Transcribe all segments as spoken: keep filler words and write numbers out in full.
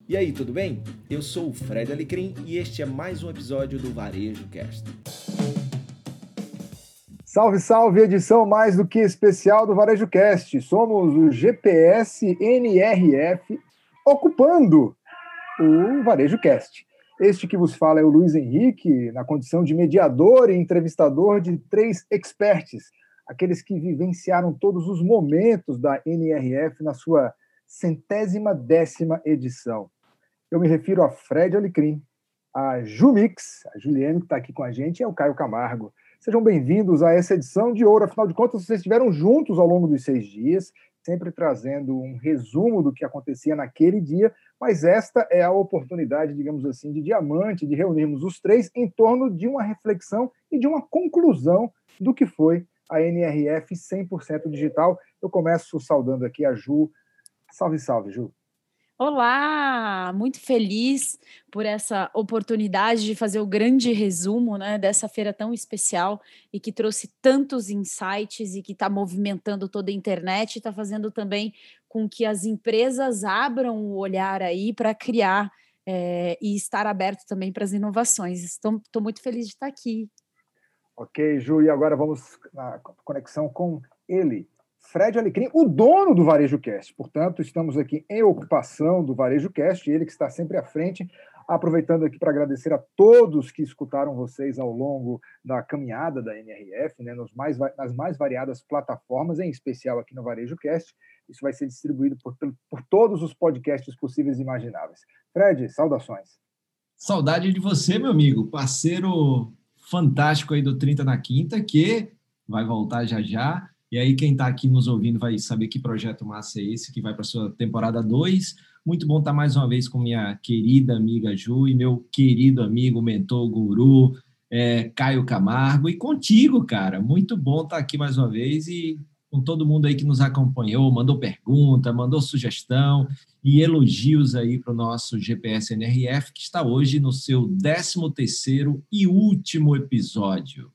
E aí, tudo bem? Eu sou o Fred Alecrim e este é mais um episódio do Varejo Cast. Salve, salve, edição mais do que especial do Varejo Cast. Somos o G P S N R F ocupando o Varejo Cast. Este que vos fala é o Luiz Henrique, na condição de mediador e entrevistador de três experts, aqueles que vivenciaram todos os momentos da N R F na sua centésima décima edição. Eu me refiro a Fred Alecrim, a Jumix, a Juliane que está aqui com a gente, e ao Caio Camargo. Sejam bem-vindos a essa edição de ouro. Afinal de contas, vocês estiveram juntos ao longo dos seis dias, sempre trazendo um resumo do que acontecia naquele dia, mas esta é a oportunidade, digamos assim, de diamante, de reunirmos os três em torno de uma reflexão e de uma conclusão do que foi a N R F cem por cento digital. Eu começo saudando aqui a Ju. Salve, salve, Ju. Olá, muito feliz por essa oportunidade de fazer o grande resumo, né, dessa feira tão especial e que trouxe tantos insights e que está movimentando toda a internet e está fazendo também com que as empresas abram o olhar aí para criar é, e estar aberto também para as inovações. Estou, estou muito feliz de estar aqui. Ok, Ju, e agora vamos na conexão com ele, Fred Alecrim, o dono do Varejo Cast. Portanto, estamos aqui em ocupação do Varejo Cast, ele que está sempre à frente, aproveitando aqui para agradecer a todos que escutaram vocês ao longo da caminhada da N R F, né, nos mais, nas mais variadas plataformas, em especial aqui no Varejo Cast. Isso vai ser distribuído por, por todos os podcasts possíveis e imagináveis. Fred, saudações. Saudade de você, meu amigo, parceiro fantástico aí do trinta na Quinta, que vai voltar já já. E aí quem está aqui nos ouvindo vai saber que projeto massa é esse, que vai para a sua temporada dois. Muito bom estar mais uma vez com minha querida amiga Ju e meu querido amigo, mentor, guru, é, Caio Camargo. E contigo, cara. Muito bom estar aqui mais uma vez e com todo mundo aí que nos acompanhou, mandou pergunta, mandou sugestão e elogios aí para o nosso G P S N R F, que está hoje no seu décimo terceiro e último episódio.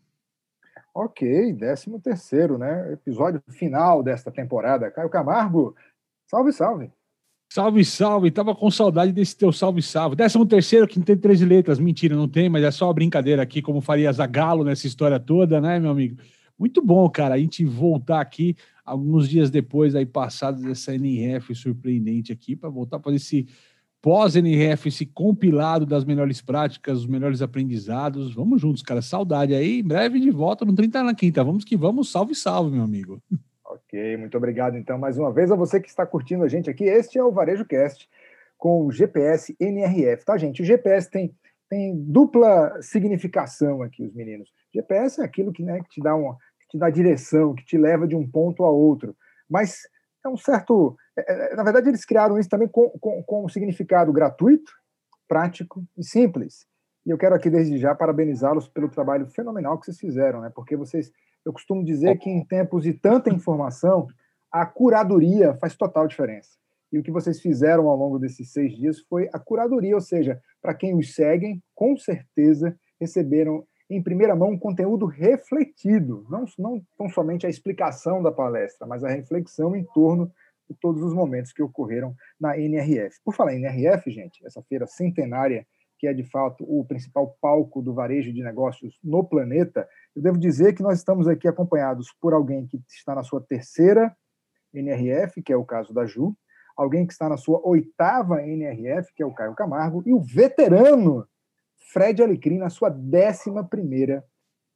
Ok, décimo terceiro, né? Episódio final desta temporada. Caio Camargo, salve, salve. Salve, salve. Tava com saudade desse teu salve, salve. Décimo terceiro, que não tem três letras. Mentira, não tem, mas é só uma brincadeira aqui, como faria Zagallo nessa história toda, né, meu amigo? Muito bom, cara, a gente voltar aqui alguns dias depois, aí passados dessa N R F surpreendente aqui, para voltar para esse pós-N R F, esse compilado das melhores práticas, os melhores aprendizados. Vamos juntos, cara. Saudade aí. Em breve de volta no trinta na Quinta. Vamos que vamos. Salve, salve, meu amigo. Ok, muito obrigado, então, mais uma vez a você que está curtindo a gente aqui. Este é o Varejo Cast com o G P S N R F, tá, gente? O G P S tem, tem dupla significação aqui, os meninos. G P S é aquilo que, né, que te dá uma, que te dá direção, que te leva de um ponto a outro. Mas é um certo... Na verdade, eles criaram isso também com, com, com um significado gratuito, prático e simples. E eu quero aqui, desde já, parabenizá-los pelo trabalho fenomenal que vocês fizeram, né? Porque vocês... Eu costumo dizer que em tempos de tanta informação, a curadoria faz total diferença. E o que vocês fizeram ao longo desses seis dias foi a curadoria, ou seja, para quem os seguem, com certeza receberam em primeira mão um conteúdo refletido, não, não tão somente a explicação da palestra, mas a reflexão em torno de todos os momentos que ocorreram na N R F. Por falar em N R F, gente, essa feira centenária, que é de fato o principal palco do varejo de negócios no planeta, eu devo dizer que nós estamos aqui acompanhados por alguém que está na sua terceira N R F, que é o caso da Ju, alguém que está na sua oitava N R F, que é o Caio Camargo, e o veterano Fred Alecrim na sua décima primeira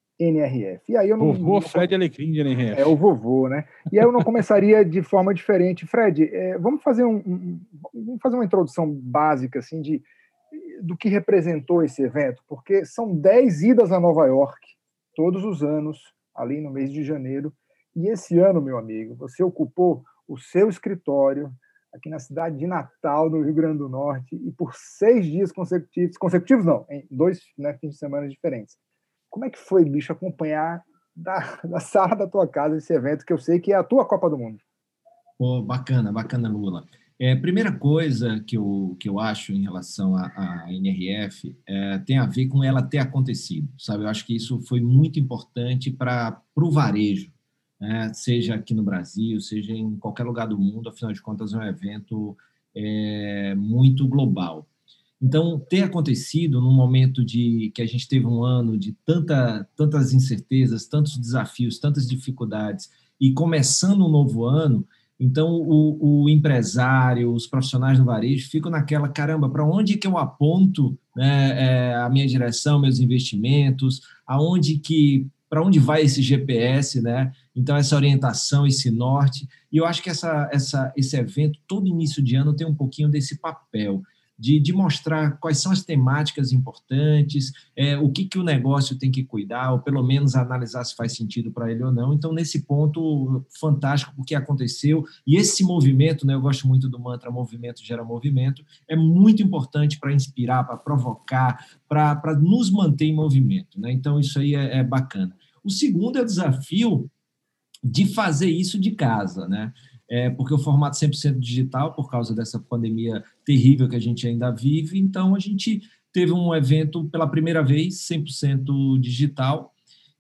N R F. E aí eu não, vovô não, Fred Alecrim de N R F. É o vovô, né? E aí eu não começaria de forma diferente. Fred, é, vamos, fazer um, um, vamos fazer uma introdução básica assim, de, do que representou esse evento, porque são dez idas a Nova York, todos os anos, ali no mês de janeiro. E esse ano, meu amigo, você ocupou o seu escritório aqui na cidade de Natal, no Rio Grande do Norte, e por seis dias consecutivos, consecutivos não, em dois, né, fins de semana diferentes. Como é que foi, bicho, acompanhar da, da sala da tua casa esse evento, que eu sei que é a tua Copa do Mundo? Pô, bacana, bacana, Lula. É, primeira coisa que eu, que eu acho em relação à N R F é, tem a ver com ela ter acontecido, sabe? Eu acho que isso foi muito importante para o varejo, né? Seja aqui no Brasil, seja em qualquer lugar do mundo, afinal de contas é um evento é, muito global. Então, ter acontecido num momento de que a gente teve um ano de tanta, tantas incertezas, tantos desafios, tantas dificuldades, e começando um novo ano, então o, o empresário, os profissionais do varejo ficam naquela, caramba, para onde que eu aponto, né, é, a minha direção, meus investimentos, aonde que, para onde vai esse G P S, né? Então, essa orientação, esse norte, e eu acho que essa, essa, esse evento, todo início de ano, tem um pouquinho desse papel, De, de mostrar quais são as temáticas importantes, é, o que, que o negócio tem que cuidar, ou pelo menos analisar se faz sentido para ele ou não. Então, nesse ponto, fantástico o que aconteceu. E esse movimento, né, eu gosto muito do mantra movimento gera movimento, é muito importante para inspirar, para provocar, para nos manter em movimento, né? Então, isso aí é, é bacana. O segundo é o desafio de fazer isso de casa, né? É, porque o formato cem por cento digital, por causa dessa pandemia terrível que a gente ainda vive, então a gente teve um evento pela primeira vez, cem por cento digital,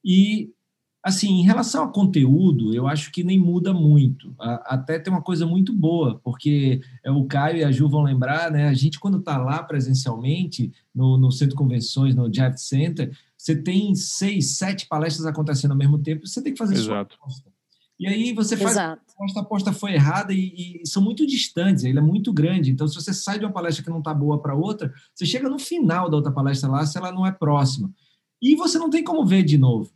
e, assim, em relação ao conteúdo, eu acho que nem muda muito, a, até tem uma coisa muito boa, porque é, o Caio e a Ju vão lembrar, né, a gente quando está lá presencialmente, no, no Centro de Convenções, no Javits Center, você tem seis, sete palestras acontecendo ao mesmo tempo, você tem que fazer Exato. sua aposta. E aí você faz Exato. a aposta, a aposta foi errada e, e são muito distantes, ele é muito grande. Então, se você sai de uma palestra que não está boa para outra, você chega no final da outra palestra lá, se ela não é próxima. E você não tem como ver de novo.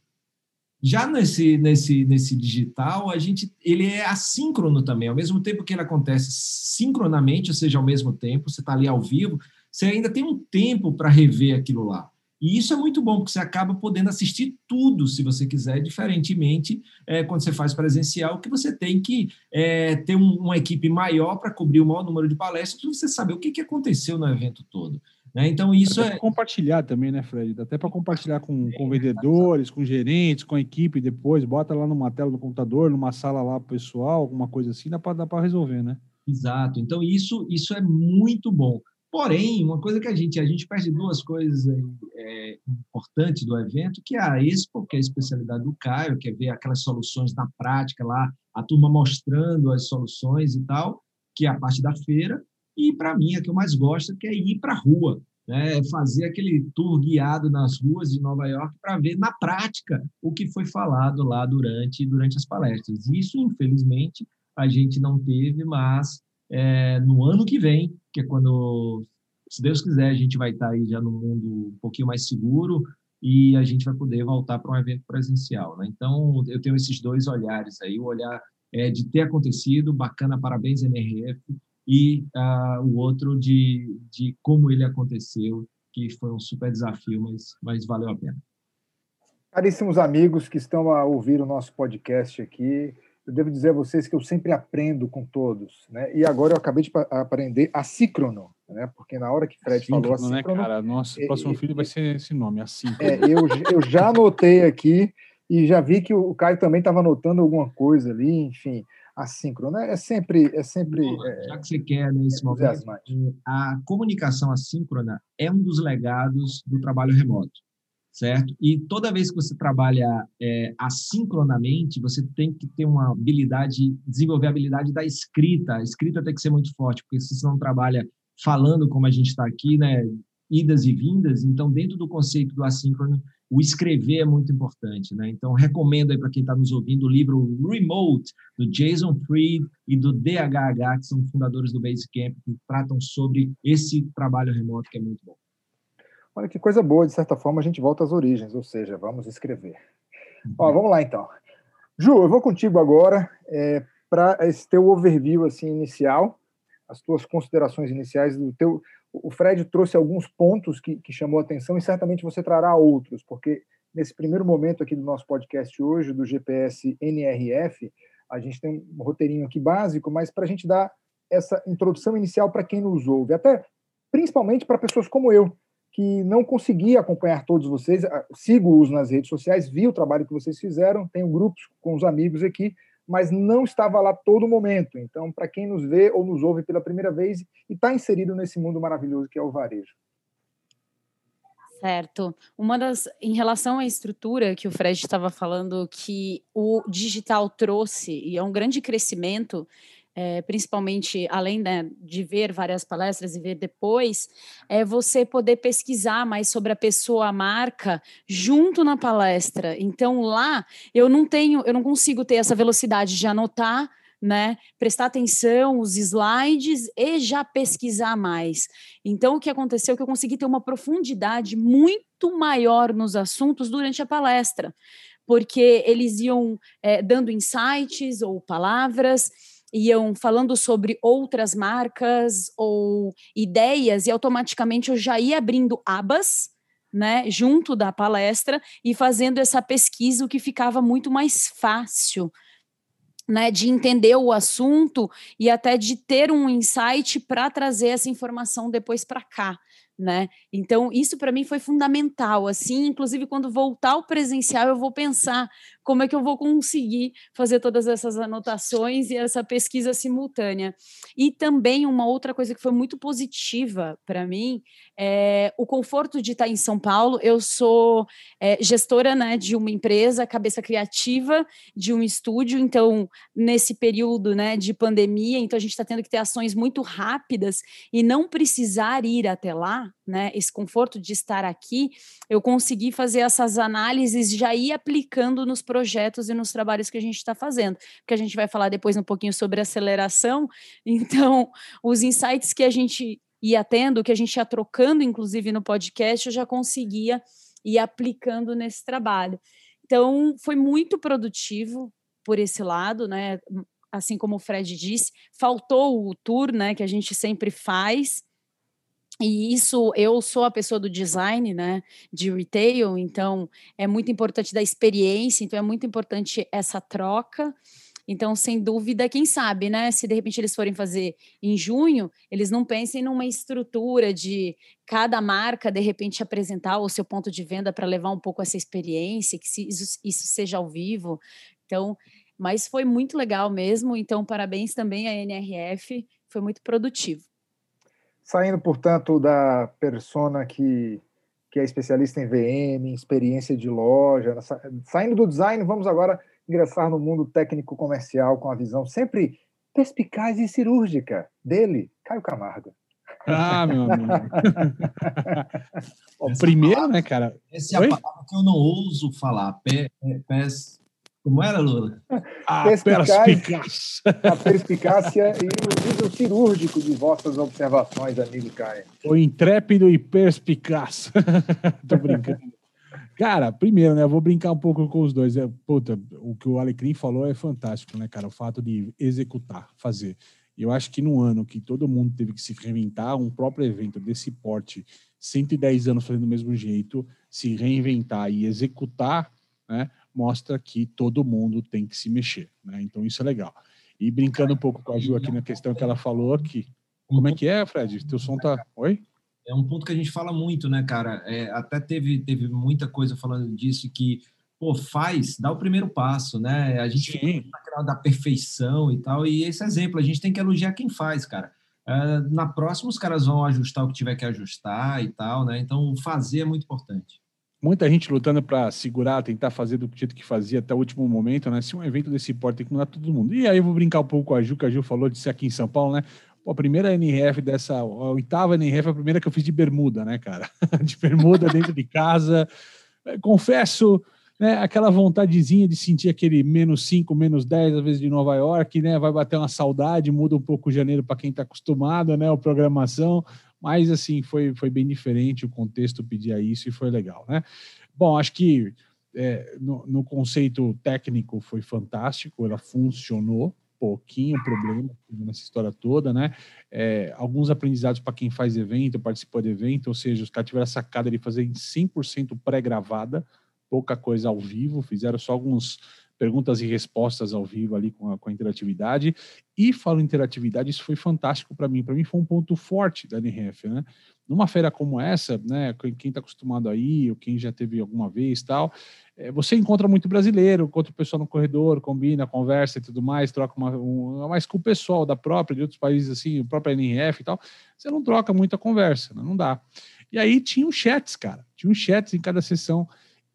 Já nesse, nesse, nesse digital, a gente, ele é assíncrono também. Ao mesmo tempo que ele acontece sincronamente, ou seja, ao mesmo tempo, você está ali ao vivo, você ainda tem um tempo para rever aquilo lá. E isso é muito bom, porque você acaba podendo assistir tudo, se você quiser, diferentemente é, quando você faz presencial, que você tem que é, ter um, uma equipe maior para cobrir o maior número de palestras, para você saber o que, que aconteceu no evento todo. Né? Então, isso até é... para compartilhar também, né, Fred? Até para compartilhar com, com vendedores, com gerentes, com a equipe depois, bota lá numa tela do computador, numa sala lá pessoal, alguma coisa assim, dá para resolver, né? Exato. Então, isso, isso é muito bom. Porém, uma coisa que a gente, a gente perde duas coisas é, importantes do evento, que é a Expo, que é a especialidade do Caio, que é ver aquelas soluções na prática lá, a turma mostrando as soluções e tal, que é a parte da feira, e para mim, a que eu mais gosto, que é ir para a rua, né? Fazer aquele tour guiado nas ruas de Nova York para ver na prática o que foi falado lá durante, durante as palestras. Isso, infelizmente, a gente não teve, mas é, no ano que vem, que é quando, se Deus quiser, a gente vai estar aí já no mundo um pouquinho mais seguro e a gente vai poder voltar para um evento presencial, né? Então, eu tenho esses dois olhares aí, o olhar é, de ter acontecido, bacana, parabéns, N R F, e uh, o outro de, de como ele aconteceu, que foi um super desafio, mas, mas valeu a pena. Caríssimos amigos que estão a ouvir o nosso podcast aqui, eu devo dizer a vocês que eu sempre aprendo com todos, né? E agora eu acabei de aprender assíncrono, né? Porque na hora que Fred assíncrono, falou assíncrono... né, cara? Nossa, o próximo é, filho é, vai ser esse nome, assíncrono. É, eu, eu já anotei aqui e já vi que o Caio também estava anotando alguma coisa ali, enfim, assíncrono. É sempre... É sempre é, já que você quer, nesse momento, a comunicação assíncrona é um dos legados do trabalho remoto. Certo? E toda vez que você trabalha é, assincronamente, você tem que ter uma habilidade, desenvolver a habilidade da escrita. A escrita tem que ser muito forte, porque se você não trabalha falando como a gente está aqui, né, idas e vindas, então dentro do conceito do assíncrono, o escrever é muito importante, né? Então recomendo aí para quem está nos ouvindo o livro Remote, do Jason Fried e do D H H, que são fundadores do Basecamp, que tratam sobre esse trabalho remoto, que é muito bom. Olha que coisa boa, de certa forma a gente volta às origens, ou seja, vamos escrever. Uhum. Ó, vamos lá então. Ju, eu vou contigo agora é, para esse teu overview assim, inicial, as tuas considerações iniciais do teu... O Fred trouxe alguns pontos que, que chamou a atenção e certamente você trará outros, porque nesse primeiro momento aqui do nosso podcast hoje, do G P S N R F, a gente tem um roteirinho aqui básico, mas para a gente dar essa introdução inicial para quem nos ouve, até principalmente para pessoas como eu, que não consegui acompanhar todos vocês, sigo-os nas redes sociais, vi o trabalho que vocês fizeram, tenho grupos com os amigos aqui, mas não estava lá todo momento. Então, para quem nos vê ou nos ouve pela primeira vez e está inserido nesse mundo maravilhoso que é o varejo. Certo. Uma das, em relação à estrutura que o Fred estava falando, que o digital trouxe, e é um grande crescimento, é, principalmente além, né, de ver várias palestras e ver depois, é você poder pesquisar mais sobre a pessoa, a marca, junto na palestra. Então, lá, eu não tenho, eu não consigo ter essa velocidade de anotar, né, prestar atenção, os slides e já pesquisar mais. Então, o que aconteceu é que eu consegui ter uma profundidade muito maior nos assuntos durante a palestra, porque eles iam é, dando insights ou palavras, iam falando sobre outras marcas ou ideias, e automaticamente eu já ia abrindo abas, né, junto da palestra e fazendo essa pesquisa, o que ficava muito mais fácil, né, de entender o assunto e até de ter um insight para trazer essa informação depois para cá, né? Então, isso para mim foi fundamental, assim, inclusive quando voltar ao presencial eu vou pensar como é que eu vou conseguir fazer todas essas anotações e essa pesquisa simultânea. E também uma outra coisa que foi muito positiva para mim é o conforto de estar em São Paulo. Eu sou é, gestora, né, de uma empresa, cabeça criativa de um estúdio, então nesse período, né, de pandemia, então a gente está tendo que ter ações muito rápidas e não precisar ir até lá, né, esse conforto de estar aqui, eu consegui fazer essas análises, já ir aplicando nos projetos e nos trabalhos que a gente está fazendo, porque a gente vai falar depois um pouquinho sobre aceleração, então os insights que a gente ia tendo, que a gente ia trocando, inclusive no podcast, eu já conseguia ir aplicando nesse trabalho. Então, foi muito produtivo por esse lado, né? Assim como o Fred disse, faltou o tour, né, que a gente sempre faz, e isso, eu sou a pessoa do design, né, de retail, então é muito importante da experiência, então é muito importante essa troca. Então, sem dúvida, quem sabe, né, se de repente eles forem fazer em junho, eles não pensem numa estrutura de cada marca, de repente, apresentar o seu ponto de venda para levar um pouco essa experiência, que se isso, isso seja ao vivo. Então, mas foi muito legal mesmo, então parabéns também à N R F, foi muito produtivo. Saindo, portanto, da persona que, que é especialista em V M, em experiência de loja, saindo do design, vamos agora ingressar no mundo técnico-comercial com a visão sempre perspicaz e cirúrgica dele, Caio Camargo. Ah, meu amigo. Ó, primeiro, palavra, né, cara? Essa é Oi? a palavra que eu não ouso falar. Pé, pé, como era, Lula? A perspicaz. A perspicácia e o nível cirúrgico de vossas observações, amigo Caio. O intrépido e perspicaz. Tô brincando. Cara, primeiro, né, eu vou brincar um pouco com os dois. É, puta, o que o Alecrim falou é fantástico, né, cara? O fato de executar, fazer. Eu acho que no ano que todo mundo teve que se reinventar, um próprio evento desse porte, cento e dez anos fazendo do mesmo jeito, se reinventar e executar, né, mostra que todo mundo tem que se mexer, né? Então isso é legal. E brincando um pouco com a Ju aqui na questão que ela falou aqui. Como é que é, Fred? Teu som tá... Oi? É um ponto que a gente fala muito, né, cara? É, até teve, teve muita coisa falando disso, que, pô, faz, dá o primeiro passo, né? A gente Sim. fica naquela da perfeição e tal, e esse exemplo, a gente tem que elogiar quem faz, cara. É, na próxima, os caras vão ajustar o que tiver que ajustar e tal, né? Então, fazer é muito importante. Muita gente lutando para segurar, tentar fazer do jeito que fazia até o último momento, né? Se um evento desse porte tem que mudar todo mundo. E aí eu vou brincar um pouco com a Ju, que a Ju falou de ser aqui em São Paulo, né? Pô, a primeira N R F dessa, a oitava N R F, a primeira que eu fiz de bermuda, né, cara? De bermuda dentro de casa. Confesso, né, aquela vontadezinha de sentir aquele menos cinco, menos dez, às vezes de Nova York, né? Vai bater uma saudade, muda um pouco o janeiro para quem está acostumado, né? A programação. Mas, assim, foi, foi bem diferente, o contexto pedia isso e foi legal, né? Bom, acho que é, no, no conceito técnico foi fantástico, ela funcionou, pouquinho problema nessa história toda, né? É, alguns aprendizados para quem faz evento, participou de evento, ou seja, os caras tiveram a sacada de fazer em cem por cento pré-gravada, pouca coisa ao vivo, fizeram só algumas perguntas e respostas ao vivo ali com a, com a interatividade. E falo em interatividade, isso foi fantástico para mim. Para mim foi um ponto forte da N R F, né? Numa feira como essa, né? Quem está acostumado aí, ou quem já teve alguma vez tal, é, você encontra muito brasileiro, encontra o pessoal no corredor, combina, conversa e tudo mais, troca uma, um, mais com o pessoal da própria, de outros países assim, o próprio N R F e tal, você não troca muita conversa, né? Não dá. E aí tinha os chats, cara, tinha os chats em cada sessão.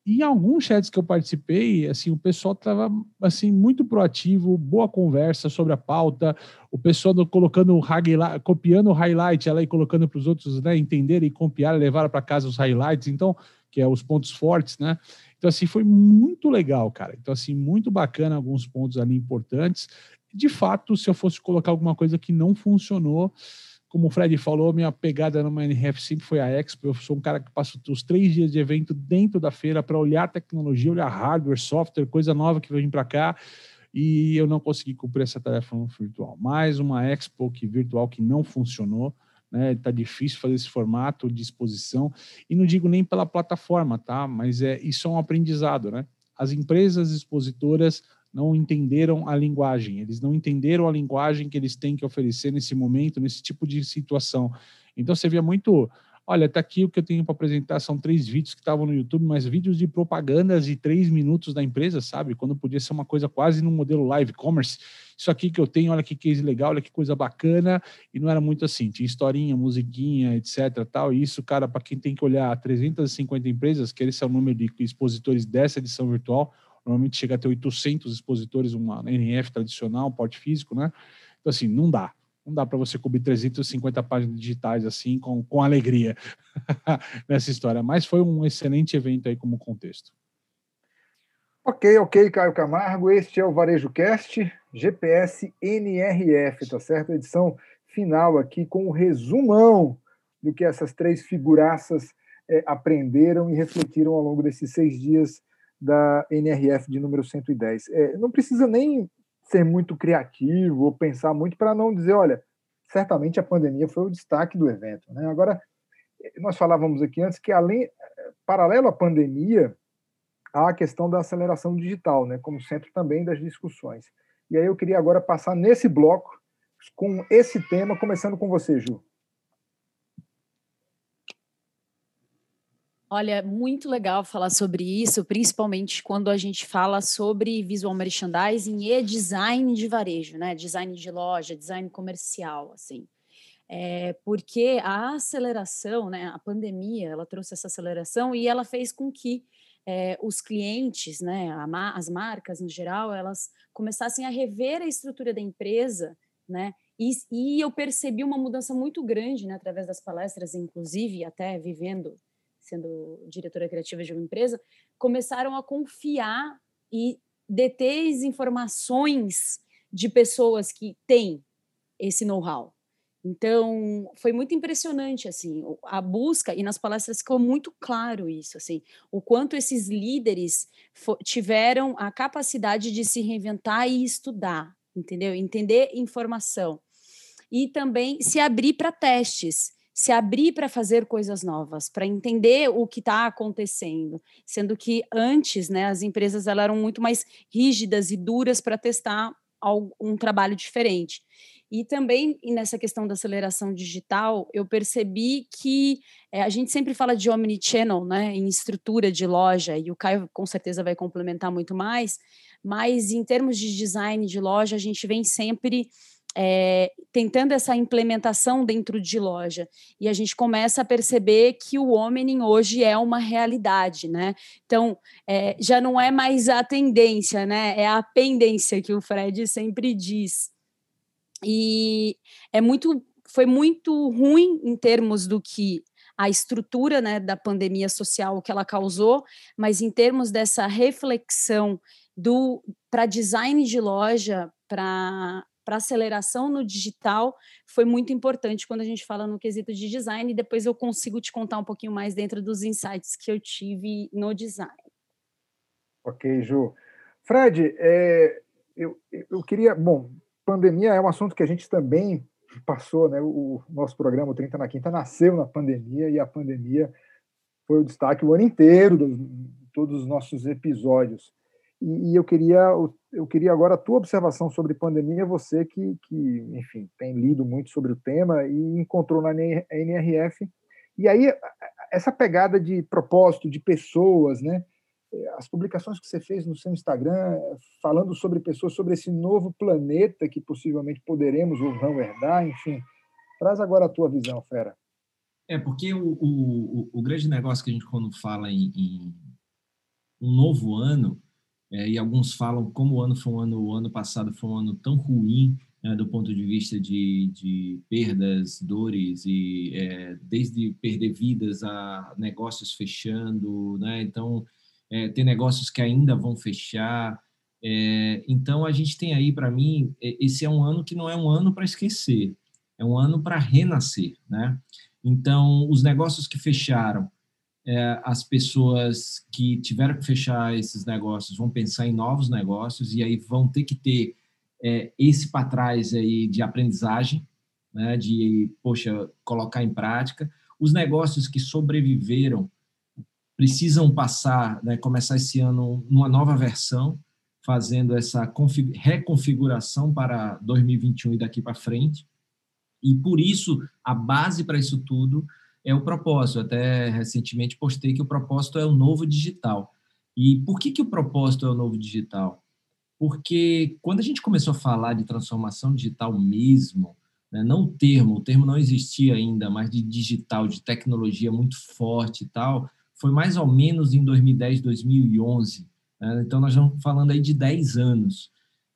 E em alguns chats que eu participei, assim, o pessoal estava assim, muito proativo, boa conversa sobre a pauta, o pessoal colocando highlight, copiando o highlight ela e colocando para os outros, né, entenderem e copiar, levar para casa os highlights, então, que é os pontos fortes, né? Então, assim, foi muito legal, cara. Então, assim, muito bacana, alguns pontos ali importantes. De fato, se eu fosse colocar alguma coisa que não funcionou, como o Fred falou, minha pegada numa N R F sempre foi a Expo. Eu sou um cara que passa os três dias de evento dentro da feira para olhar tecnologia, olhar hardware, software, coisa nova que vem para cá, e eu não consegui cumprir essa tarefa no virtual. Mais uma Expo que, virtual que não funcionou, né? Tá difícil fazer esse formato de exposição, e não digo nem pela plataforma, tá? Mas é, isso é um aprendizado, né? As empresas expositoras não entenderam a linguagem, eles não entenderam a linguagem que eles têm que oferecer nesse momento, nesse tipo de situação. Então você via muito, olha, tá aqui o que eu tenho para apresentar, são três vídeos que estavam no YouTube, mas vídeos de propagandas de três minutos da empresa, sabe? Quando podia ser uma coisa quase no modelo live commerce. Isso aqui que eu tenho, olha que case legal, olha que coisa bacana, e não era muito assim, tinha historinha, musiquinha, etc, tal, e isso, cara, para quem tem que olhar trezentas e cinquenta empresas, que esse é o número de expositores dessa edição virtual, normalmente chega a ter oitocentos expositores, uma N F tradicional, um porte físico, né? Então, assim, não dá. Não dá para você cobrir trezentas e cinquenta páginas digitais assim, com, com alegria nessa história. Mas foi um excelente evento aí como contexto. Ok, ok, Caio Camargo. Este é o Varejo Cast, G P S N R F, tá certo? Edição final aqui com o resumão do que essas três figuraças é, aprenderam e refletiram ao longo desses seis dias da N R F de número cento e dez. É, não precisa nem ser muito criativo ou pensar muito para não dizer, olha, certamente a pandemia foi o destaque do evento, né? Agora, nós falávamos aqui antes que, além, paralelo à pandemia, há a questão da aceleração digital, né, como centro também das discussões. E aí eu queria agora passar nesse bloco com esse tema, começando com você, Ju. Olha, muito legal falar sobre isso, principalmente quando a gente fala sobre visual merchandising e design de varejo, né? Design de loja, design comercial, assim. É, porque a aceleração, né? A pandemia, ela trouxe essa aceleração e ela fez com que é, os clientes, né? A, as marcas, no geral, elas começassem a rever a estrutura da empresa, né? E, e eu percebi uma mudança muito grande, né? Através das palestras, inclusive, até vivendo sendo diretora criativa de uma empresa, começaram a confiar e deter as informações de pessoas que têm esse know-how. Então, foi muito impressionante, assim, a busca, e nas palestras ficou muito claro isso, assim, o quanto esses líderes tiveram a capacidade de se reinventar e estudar, entendeu? Entender informação. E também se abrir para testes, se abrir para fazer coisas novas, para entender o que está acontecendo, sendo que antes, né, as empresas elas eram muito mais rígidas e duras para testar um trabalho diferente. E também nessa questão da aceleração digital, eu percebi que é, a gente sempre fala de omnichannel, né, em estrutura de loja, e o Caio com certeza vai complementar muito mais, mas em termos de design de loja, a gente vem sempre É, tentando essa implementação dentro de loja, e a gente começa a perceber que o omni hoje é uma realidade, né? Então, é, já não é mais a tendência, né? É a pendência que o Fred sempre diz. E é muito, foi muito ruim em termos do que a estrutura, né, da pandemia social que ela causou, mas em termos dessa reflexão do para design de loja, para para aceleração no digital, foi muito importante quando a gente fala no quesito de design, e depois eu consigo te contar um pouquinho mais dentro dos insights que eu tive no design. Ok, Ju. Fred, é, eu, eu queria... Bom, pandemia é um assunto que a gente também passou, né? O nosso programa, o trinta na Quinta, nasceu na pandemia, e a pandemia foi o destaque o ano inteiro de todos os nossos episódios. E, e eu queria eu queria agora a tua observação sobre pandemia, você que, que, enfim, tem lido muito sobre o tema e encontrou na N R F. E aí, essa pegada de propósito, de pessoas, né? As publicações que você fez no seu Instagram, falando sobre pessoas, sobre esse novo planeta que possivelmente poderemos ou não herdar, enfim. Traz agora a tua visão, fera. É, porque o, o, o grande negócio que a gente, quando fala em, em um novo ano, é, e alguns falam como o ano foi um ano, o ano passado foi um ano tão ruim, né, do ponto de vista de, de perdas, dores, e é, desde perder vidas a negócios fechando, né? Então, é, tem negócios que ainda vão fechar. É, então, a gente tem aí, para mim, esse é um ano que não é um ano para esquecer, é um ano para renascer, né? Então, os negócios que fecharam, é, as pessoas que tiveram que fechar esses negócios vão pensar em novos negócios e aí vão ter que ter é, esse para trás aí de aprendizagem, né, de, poxa, colocar em prática. Os negócios que sobreviveram precisam passar, né, começar esse ano numa nova versão, fazendo essa reconfiguração para dois mil e vinte e um e daqui para frente. E, por isso, a base para isso tudo é o propósito. Até recentemente postei que o propósito é o novo digital. E por que, que o propósito é o novo digital? Porque quando a gente começou a falar de transformação digital mesmo, né, não o termo, o termo não existia ainda, mas de digital, de tecnologia muito forte e tal, foi mais ou menos em dois mil e dez, dois mil e onze. Né? Então, nós estamos falando aí de dez anos.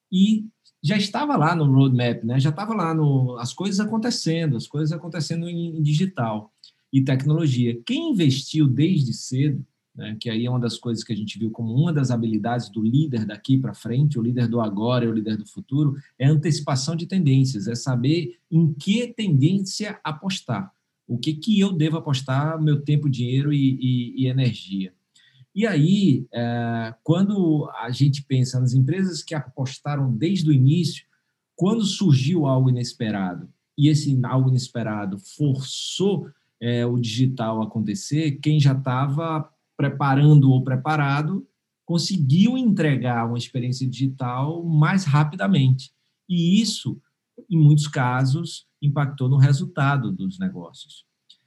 E já estava lá no roadmap, né? Já estava lá no, as coisas acontecendo, as coisas acontecendo em, em digital e tecnologia. Quem investiu desde cedo, né, que aí é uma das coisas que a gente viu como uma das habilidades do líder daqui para frente, o líder do agora e o líder do futuro, é a antecipação de tendências, é saber em que tendência apostar, o que, que eu devo apostar meu tempo, dinheiro e, e, e energia. E aí, é, quando a gente pensa nas empresas que apostaram desde o início, quando surgiu algo inesperado, e esse algo inesperado forçou é, o digital a acontecer, quem já estava preparando ou preparado conseguiu entregar uma experiência digital mais rapidamente. E isso, em muitos casos, impactou no resultado dos negócios.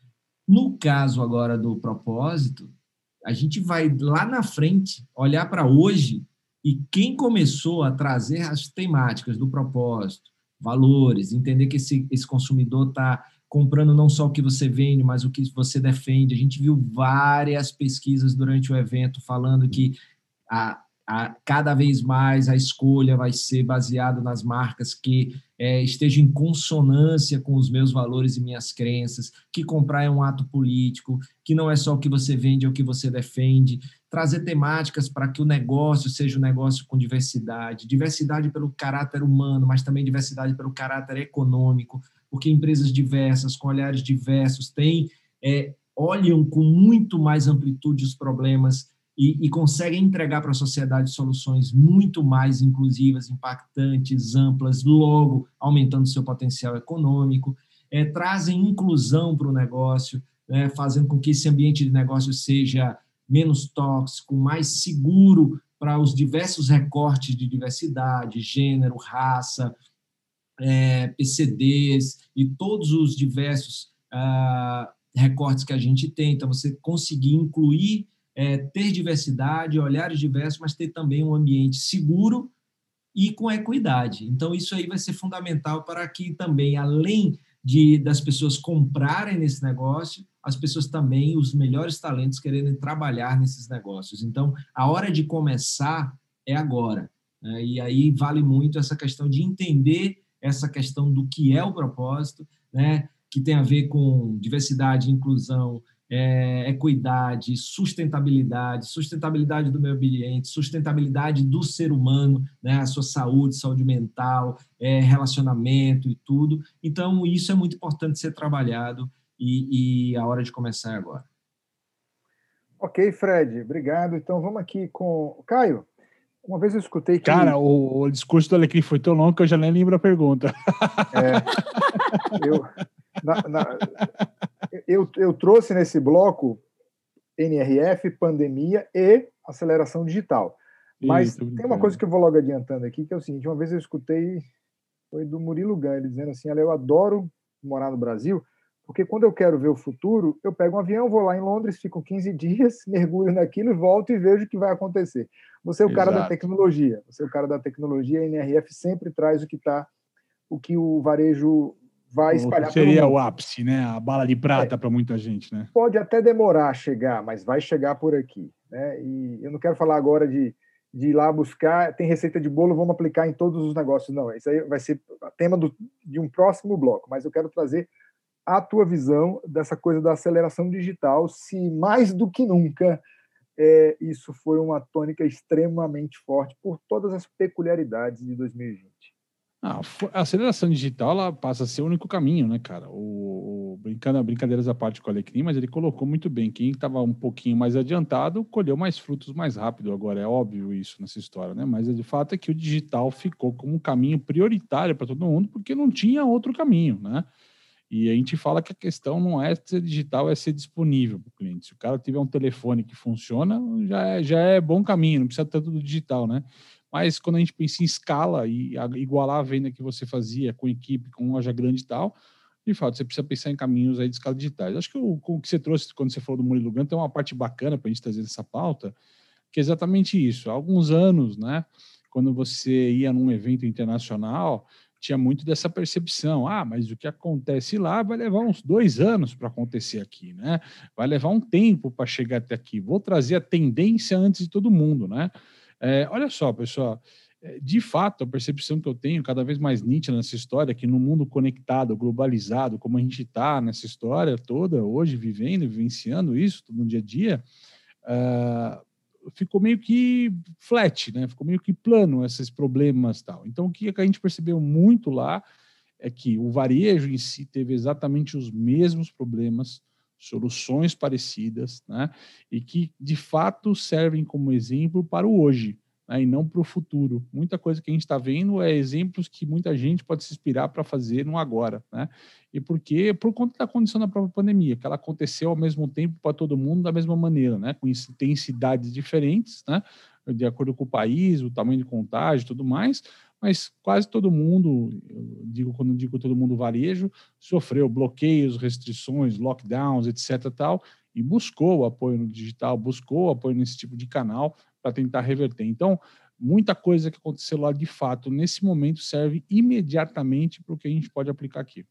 No caso agora do propósito, a gente vai lá na frente olhar para hoje e quem começou a trazer as temáticas do propósito, valores, entender que esse, esse consumidor está comprando não só o que você vende, mas o que você defende. A gente viu várias pesquisas durante o evento falando que a, a, cada vez mais a escolha vai ser baseada nas marcas que é, estejam em consonância com os meus valores e minhas crenças, que comprar é um ato político, que não é só o que você vende, é o que você defende, trazer temáticas para que o negócio seja um negócio com diversidade, diversidade pelo caráter humano, mas também diversidade pelo caráter econômico, porque empresas diversas, com olhares diversos, têm, é, olham com muito mais amplitude os problemas E, e conseguem entregar para a sociedade soluções muito mais inclusivas, impactantes, amplas, logo aumentando seu potencial econômico, é, trazem inclusão para o negócio, né, fazendo com que esse ambiente de negócio seja menos tóxico, mais seguro para os diversos recortes de diversidade, gênero, raça, é, P C Ds e todos os diversos ah, recortes que a gente tem. Então, você conseguir incluir É, ter diversidade, olhares diversos, mas ter também um ambiente seguro e com equidade. Então, isso aí vai ser fundamental para que também, além de, das pessoas comprarem nesse negócio, as pessoas também, os melhores talentos, quererem trabalhar nesses negócios. Então, a hora de começar é agora. Né? E aí vale muito essa questão de entender essa questão do que é o propósito, né? Que tem a ver com diversidade, inclusão, É, equidade, sustentabilidade, sustentabilidade do meio ambiente, sustentabilidade do ser humano, né, a sua saúde, saúde mental, é, relacionamento e tudo. Então, isso é muito importante ser trabalhado e, e a hora de começar é agora. Ok, Fred, obrigado. Então, vamos aqui com... Caio, uma vez eu escutei que... Cara, o, o discurso do Alecrim foi tão longo que eu já nem lembro a pergunta. É, eu... Na, na, eu, eu trouxe nesse bloco N R F, pandemia e aceleração digital. Mas Eita, tem uma coisa que eu vou logo adiantando aqui, que é o seguinte: uma vez eu escutei, foi do Murilo Gun, ele dizendo assim: olha, eu adoro morar no Brasil, porque quando eu quero ver o futuro, eu pego um avião, vou lá em Londres, fico quinze dias, mergulho naquilo e volto e vejo o que vai acontecer. Você é o cara Exato. da tecnologia, você é o cara da tecnologia, a N R F sempre traz o que tá, o que o varejo vai espalhar pelo mundo. Seria o ápice, né? A bala de prata é, para muita gente, né? Pode até demorar a chegar, mas vai chegar por aqui. né? E eu não quero falar agora de, de ir lá buscar, tem receita de bolo, vamos aplicar em todos os negócios. Não, isso aí vai ser tema do, de um próximo bloco, mas eu quero trazer a tua visão dessa coisa da aceleração digital, se mais do que nunca é, isso foi uma tônica extremamente forte por todas as peculiaridades de dois mil e vinte. Ah, a aceleração digital ela passa a ser o único caminho, né, cara? O, o brincando, brincadeiras à parte com o Alecrim, mas ele colocou muito bem. Quem estava um pouquinho mais adiantado colheu mais frutos mais rápido. Agora é óbvio isso nessa história, né? Mas de fato é que o digital ficou como um caminho prioritário para todo mundo, porque não tinha outro caminho, né? E a gente fala que a questão não é ser digital, é ser disponível para o cliente. Se o cara tiver um telefone que funciona, já é, já é bom caminho, não precisa tanto do digital, né? Mas quando a gente pensa em escala e igualar a venda que você fazia com equipe, com loja grande e tal, de fato, você precisa pensar em caminhos aí de escala digitais. Acho que o, o que você trouxe quando você falou do Murilo Gun tem uma parte bacana para a gente trazer essa pauta, que é exatamente isso. Há alguns anos, né, quando você ia num evento internacional, tinha muito dessa percepção. Ah, mas o que acontece lá vai levar uns dois anos para acontecer aqui, né? Vai levar um tempo para chegar até aqui. Vou trazer a tendência antes de todo mundo, né? É, olha só, pessoal, de fato, a percepção que eu tenho cada vez mais nítida nessa história, que no mundo conectado, globalizado, como a gente está nessa história toda, hoje, vivendo, vivenciando isso no dia a dia, uh, ficou meio que flat, né? Ficou meio que plano esses problemas e tal. Então, o que a gente percebeu muito lá é que o varejo em si teve exatamente os mesmos problemas, soluções parecidas, né? E que, de fato, servem como exemplo para o hoje, né? E não para o futuro. Muita coisa que a gente está vendo é exemplos que muita gente pode se inspirar para fazer no agora, né? E porque, por conta da condição da própria pandemia, que ela aconteceu ao mesmo tempo para todo mundo da mesma maneira, né? Com intensidades diferentes, né? De acordo com o país, o tamanho de contágio e tudo mais, mas quase todo mundo, eu digo quando eu digo todo mundo varejo, sofreu bloqueios, restrições, lockdowns, etc tal, e buscou o apoio no digital, buscou o apoio nesse tipo de canal para tentar reverter. Então, muita coisa que aconteceu lá, de fato, nesse momento, serve imediatamente para o que a gente pode aplicar aqui.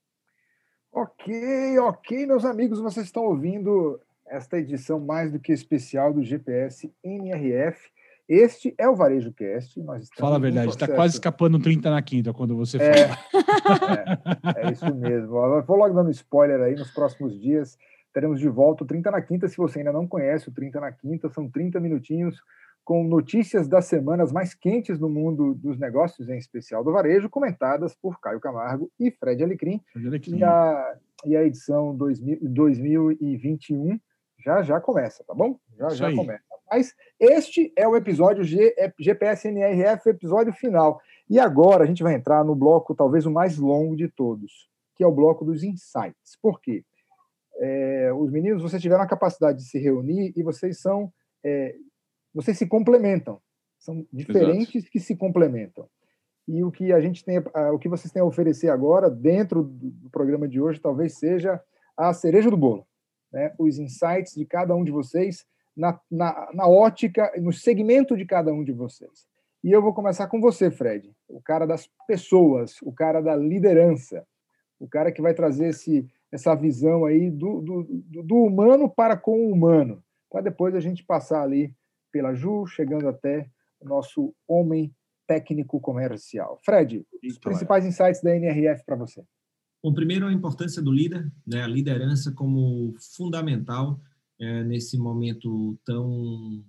Ok, ok, meus amigos, vocês estão ouvindo esta edição mais do que especial do G P S N R F. Este é o Varejo Cast. Nós estamos Fala a verdade, está quase escapando trinta na quinta quando você é, fala. É, é isso mesmo. Eu vou logo dando spoiler aí, nos próximos dias teremos de volta o trinta na quinta. Se você ainda não conhece o trinta na quinta, são trinta minutinhos com notícias das semanas mais quentes no mundo dos negócios, em especial do varejo, comentadas por Caio Camargo e Fred Alecrim. Fred Alecrim. E, a, e a edição dois mil e vinte e um já já começa, tá bom? Já isso já aí. Começa. Mas este é o episódio G, G P S N R F, episódio final. E agora a gente vai entrar no bloco talvez o mais longo de todos, que é o bloco dos insights. Por quê? É, os meninos, vocês tiveram a capacidade de se reunir e vocês são... É, vocês se complementam. São diferentes Exato. Que se complementam. E o que a gente tem, o que vocês têm a oferecer agora, dentro do programa de hoje, talvez seja a cereja do bolo, né? Os insights de cada um de vocês, na, na, na ótica, no segmento de cada um de vocês. E eu vou começar com você, Fred, o cara das pessoas, o cara da liderança, o cara que vai trazer esse, essa visão aí do, do, do humano para com o humano, para depois a gente passar ali pela Ju, chegando até o nosso homem técnico comercial. Fred, os então, principais é. insights da N R F para você. Bom, primeiro a importância do líder, né? A liderança como fundamental é, nesse momento tão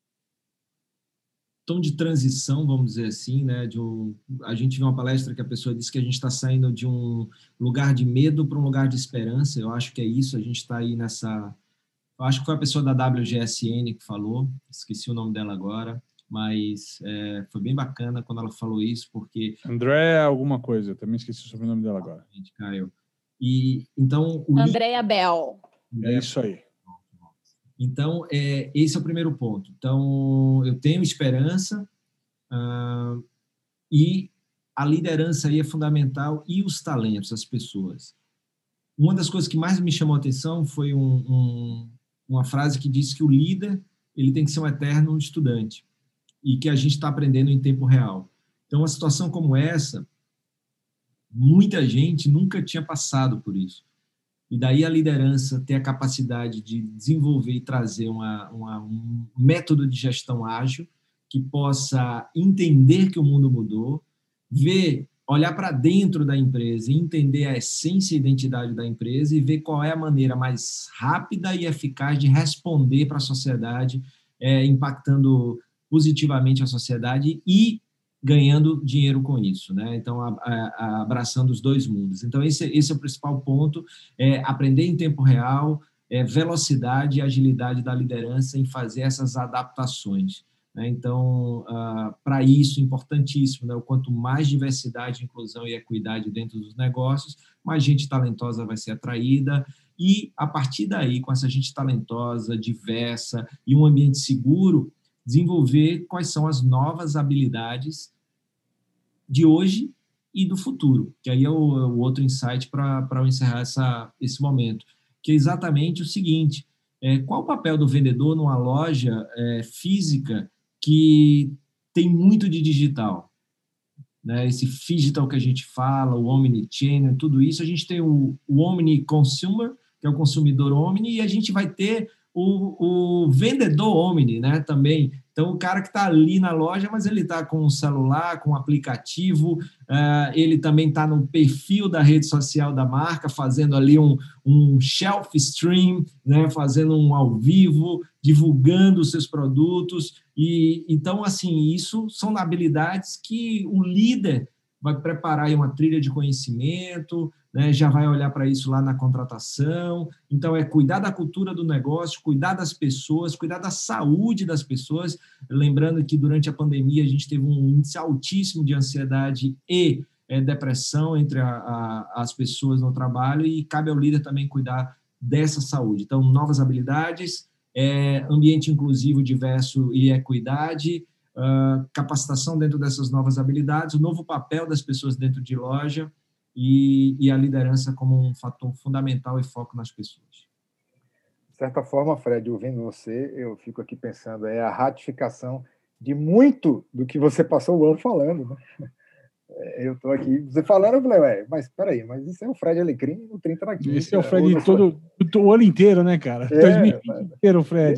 tão de transição, vamos dizer assim, né? De um, a gente viu uma palestra que a pessoa disse que a gente está saindo de um lugar de medo para um lugar de esperança. Eu acho que é isso, a gente está aí nessa... Eu acho que foi a pessoa da W G S N que falou, esqueci o nome dela agora, mas é, foi bem bacana quando ela falou isso, porque... André alguma coisa, também esqueci o sobrenome dela agora. Caiu. E, então, o Andréa Bell. É isso aí. Então, é, esse é o primeiro ponto. Então, eu tenho esperança uh, e a liderança aí é fundamental e os talentos, as pessoas. Uma das coisas que mais me chamou a atenção foi um, um, uma frase que diz que o líder ele tem que ser um eterno estudante e que a gente está aprendendo em tempo real. Então, uma situação como essa, muita gente nunca tinha passado por isso. e daí a liderança ter a capacidade de desenvolver e trazer uma, uma, um método de gestão ágil que possa entender que o mundo mudou, ver, olhar para dentro da empresa e entender a essência e identidade da empresa e ver qual é a maneira mais rápida e eficaz de responder para a sociedade, é, impactando positivamente a sociedade e ganhando dinheiro com isso, né? Então, a, a, abraçando os dois mundos. Então, esse, esse é o principal ponto, é aprender em tempo real, é, velocidade e agilidade da liderança em fazer essas adaptações. Né? Então, uh, para isso, importantíssimo, né? O quanto mais diversidade, inclusão e equidade dentro dos negócios, mais gente talentosa vai ser atraída e, a partir daí, com essa gente talentosa, diversa e um ambiente seguro, desenvolver quais são as novas habilidades de hoje e do futuro, que aí é o, o outro insight para eu encerrar essa, esse momento, que é exatamente o seguinte, é, qual o papel do vendedor numa loja é, física que tem muito de digital, né? Esse digital que a gente fala, o omnichannel, tudo isso, a gente tem o, o omni-consumer, que é o consumidor omni, e a gente vai ter o, o vendedor omni, né, também. Então, o cara que está ali na loja, mas ele está com um celular, com um aplicativo, uh, ele também está no perfil da rede social da marca, fazendo ali um, um shelf stream, né, fazendo um ao vivo, divulgando os seus produtos. E, então, assim, isso são habilidades que o líder vai preparar aí uma trilha de conhecimento, né, já vai olhar para isso lá na contratação. Então, é cuidar da cultura do negócio, cuidar das pessoas, cuidar da saúde das pessoas. Lembrando que durante a pandemia a gente teve um índice altíssimo de ansiedade e é, depressão entre a, a, as pessoas no trabalho e cabe ao líder também cuidar dessa saúde. Então, novas habilidades, é, ambiente inclusivo, diverso e equidade, uh, capacitação dentro dessas novas habilidades, o novo papel das pessoas dentro de loja, E, e a liderança como um fator fundamental e foco nas pessoas. De certa forma, Fred, ouvindo você, eu fico aqui pensando, é a ratificação de muito do que você passou o ano falando, né? Eu estou aqui, você falando, eu falei, ué, mas peraí, mas isso é o Fred Alecrim no trinta na quinta. Esse é o Fred todo, o ano inteiro, né, cara? É, dois mil e vinte inteiro, Fred.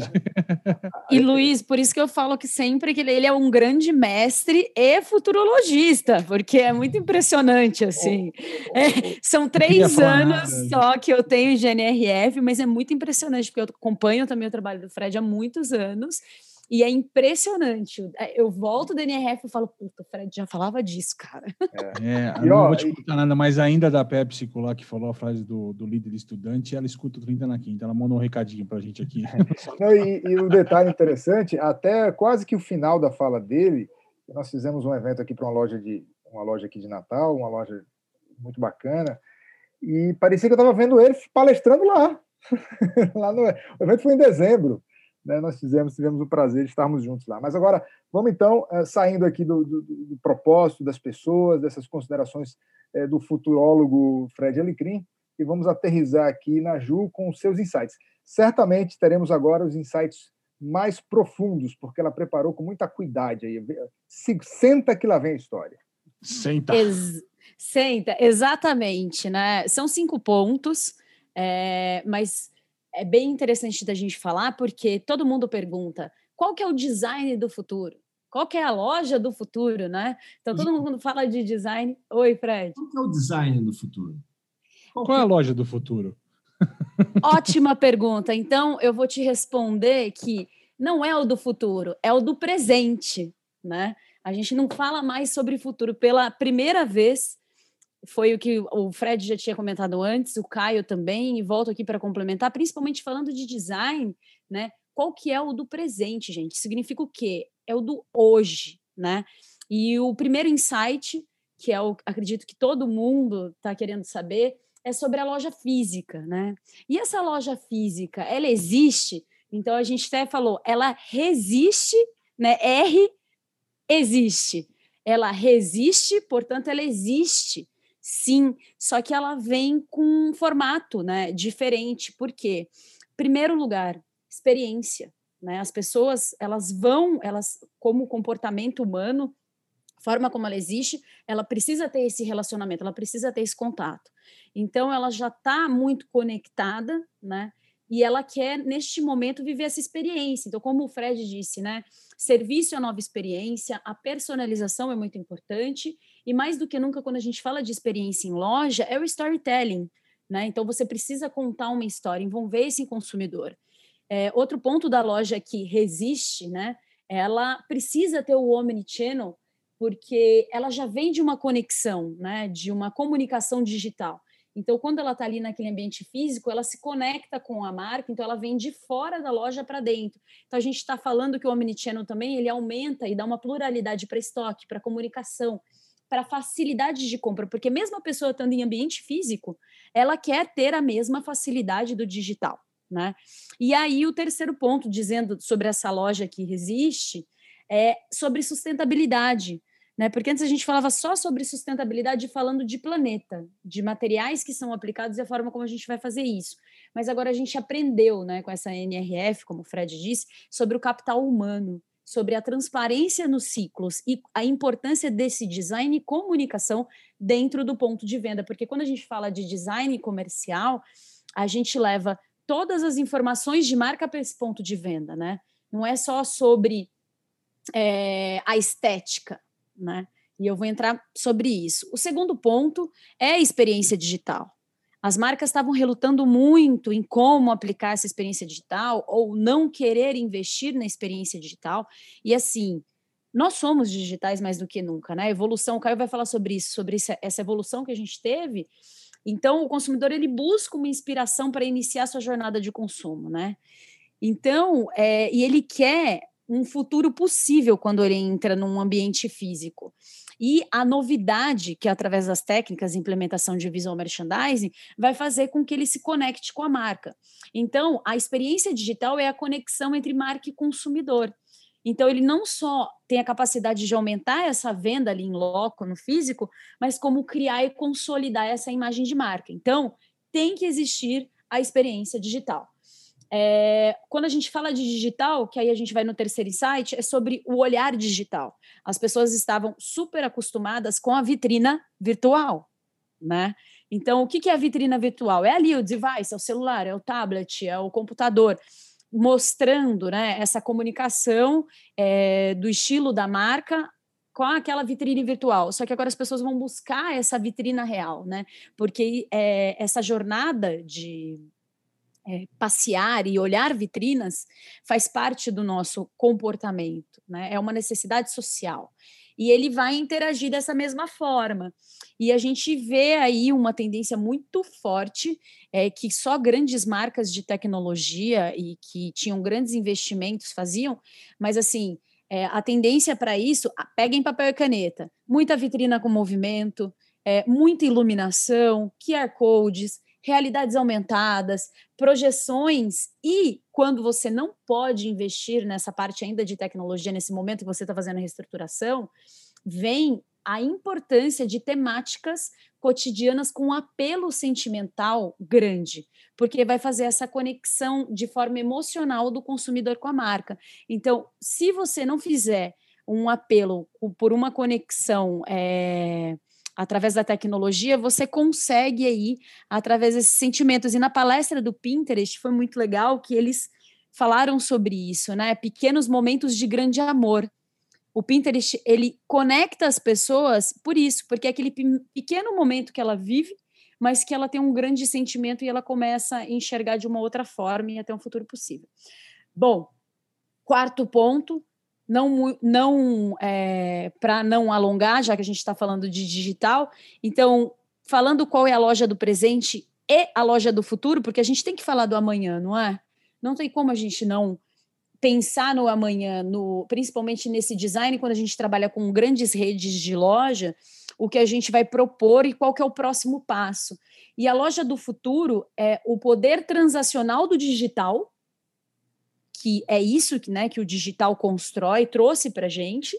E, Luiz, por isso que eu falo que sempre que ele é um grande mestre e futurologista, porque é muito impressionante, assim. É, são três anos nada. só que eu tenho em G N R F, mas é muito impressionante, porque eu acompanho também o trabalho do Fred há muitos anos, e é impressionante. Eu volto do N R F e falo, puta, o Fred já falava disso, cara. É, eu e, não ó, vou te contar e... nada, mas ainda da PepsiCo lá, que falou a frase do, do líder estudante, ela escuta o trinta na quinta, ela mandou um recadinho pra gente aqui. Não, e, e um detalhe interessante, até quase que o final da fala dele, nós fizemos um evento aqui para uma loja de uma loja aqui de Natal, uma loja muito bacana, e parecia que eu estava vendo ele palestrando lá. lá no, o evento foi em dezembro. Né, nós fizemos, tivemos o prazer de estarmos juntos lá. Mas agora, vamos então, saindo aqui do, do, do propósito das pessoas, dessas considerações é, do futurólogo Fred Alecrim, e vamos aterrissar aqui na Ju com os seus insights. Certamente teremos agora os insights mais profundos, porque ela preparou com muita cuidado. Aí. Senta que lá vem a história. Senta. Ex- senta, exatamente. Né? São cinco pontos, é, mas... é bem interessante da gente falar, porque todo mundo pergunta qual que é o design do futuro? Qual que é a loja do futuro, né? Então, todo mundo fala de design. Oi, Fred. Qual que é o design do futuro? Qual, qual é a loja do futuro? Ótima pergunta. Então, eu vou te responder que não é o do futuro, é o do presente, né? A gente não fala mais sobre futuro. Pela primeira vez, foi o que o Fred já tinha comentado antes, o Caio também, e volto aqui para complementar, principalmente falando de design, né? Qual que é o do presente, gente? Significa o quê? É o do hoje, né? E o primeiro insight, que é o acredito que todo mundo está querendo saber, é sobre a loja física, né? E essa loja física, ela existe? Então, a gente até falou, ela resiste, né? R, existe. Ela resiste, portanto, ela existe. Sim, só que ela vem com um formato, né, diferente. Por quê? Primeiro lugar, experiência. Né? As pessoas, elas vão, elas, como comportamento humano, forma como ela existe, ela precisa ter esse relacionamento, ela precisa ter esse contato. Então, ela já está muito conectada, né? E ela quer, neste momento, viver essa experiência. Então, como o Fred disse, né? Serviço é a nova experiência, a personalização é muito importante, e mais do que nunca, quando a gente fala de experiência em loja, é o storytelling, né? Então, você precisa contar uma história, envolver esse consumidor. É, outro ponto da loja que resiste, né? Ela precisa ter o omnichannel, porque ela já vem de uma conexão, né? De uma comunicação digital. Então, quando ela está ali naquele ambiente físico, ela se conecta com a marca, então ela vem de fora da loja para dentro. Então, a gente está falando que o omnichannel também ele aumenta e dá uma pluralidade para estoque, para comunicação, para facilidade de compra, porque mesmo a pessoa estando em ambiente físico, ela quer ter a mesma facilidade do digital, né? E aí, o terceiro ponto, dizendo sobre essa loja que resiste, é sobre sustentabilidade. Né? Porque antes a gente falava só sobre sustentabilidade falando de planeta, de materiais que são aplicados e a forma como a gente vai fazer isso. Mas agora a gente aprendeu, né, com essa N R F, como o Fred disse, sobre o capital humano, sobre a transparência nos ciclos e a importância desse design e comunicação dentro do ponto de venda. Porque quando a gente fala de design comercial, a gente leva todas as informações de marca para esse ponto de venda, né? Não é só sobre é, a estética, né? E eu vou entrar sobre isso. O segundo ponto é a experiência digital. As marcas estavam relutando muito em como aplicar essa experiência digital ou não querer investir na experiência digital. E assim, nós somos digitais mais do que nunca, né? A evolução, o Caio vai falar sobre isso, sobre essa evolução que a gente teve. Então, o consumidor ele busca uma inspiração para iniciar sua jornada de consumo, né? Então, é, e ele quer um futuro possível quando ele entra num ambiente físico. E a novidade, que é através das técnicas de implementação de visual merchandising, vai fazer com que ele se conecte com a marca. Então, a experiência digital é a conexão entre marca e consumidor. Então, ele não só tem a capacidade de aumentar essa venda ali em loco, no físico, mas como criar e consolidar essa imagem de marca. Então, tem que existir a experiência digital. É, quando a gente fala de digital, que aí a gente vai no terceiro insight, é sobre o olhar digital. As pessoas estavam super acostumadas com a vitrina virtual, né? Então, o que é a vitrina virtual? É ali o device, é o celular, é o tablet, é o computador, mostrando, né, essa comunicação é, do estilo da marca com aquela vitrine virtual. Só que agora as pessoas vão buscar essa vitrina real, né? Porque é, essa jornada de É, passear e olhar vitrinas faz parte do nosso comportamento, né? É uma necessidade social. E ele vai interagir dessa mesma forma. E a gente vê aí uma tendência muito forte, é, que só grandes marcas de tecnologia e que tinham grandes investimentos faziam, mas assim, é, a tendência para isso, peguem papel e caneta, muita vitrina com movimento, é, muita iluminação, Q R codes, realidades aumentadas, projeções, e quando você não pode investir nessa parte ainda de tecnologia, nesse momento que você está fazendo a reestruturação, vem a importância de temáticas cotidianas com apelo sentimental grande, porque vai fazer essa conexão de forma emocional do consumidor com a marca. Então, se você não fizer um apelo por uma conexão é, através da tecnologia, você consegue aí, através desses sentimentos. E na palestra do Pinterest foi muito legal que eles falaram sobre isso, né? Pequenos momentos de grande amor. O Pinterest, ele conecta as pessoas por isso, porque é aquele pequeno momento que ela vive, mas que ela tem um grande sentimento e ela começa a enxergar de uma outra forma e até um futuro possível. Bom, quarto ponto, não, não é, para não alongar, já que a gente está falando de digital, então, falando qual é a loja do presente e a loja do futuro, porque a gente tem que falar do amanhã, não é? Não tem como a gente não pensar no amanhã, no, principalmente nesse design, quando a gente trabalha com grandes redes de loja, o que a gente vai propor e qual que é o próximo passo. E a loja do futuro é o poder transacional do digital, que é isso que, né, que o digital constrói, trouxe para a gente,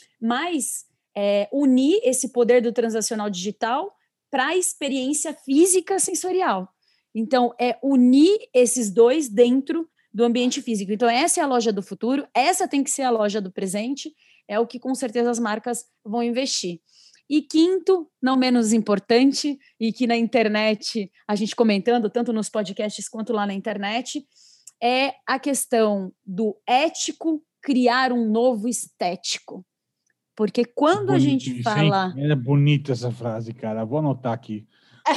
mas é, unir esse poder do transacional digital para a experiência física sensorial. Então, é unir esses dois dentro do ambiente físico. Então, essa é a loja do futuro, essa tem que ser a loja do presente, é o que com certeza as marcas vão investir. E quinto, não menos importante, e que na internet, a gente comentando, tanto nos podcasts quanto lá na internet, é a questão do ético criar um novo estético. Porque quando a gente Bonito isso, fala... hein? É bonita essa frase, cara. Vou anotar aqui.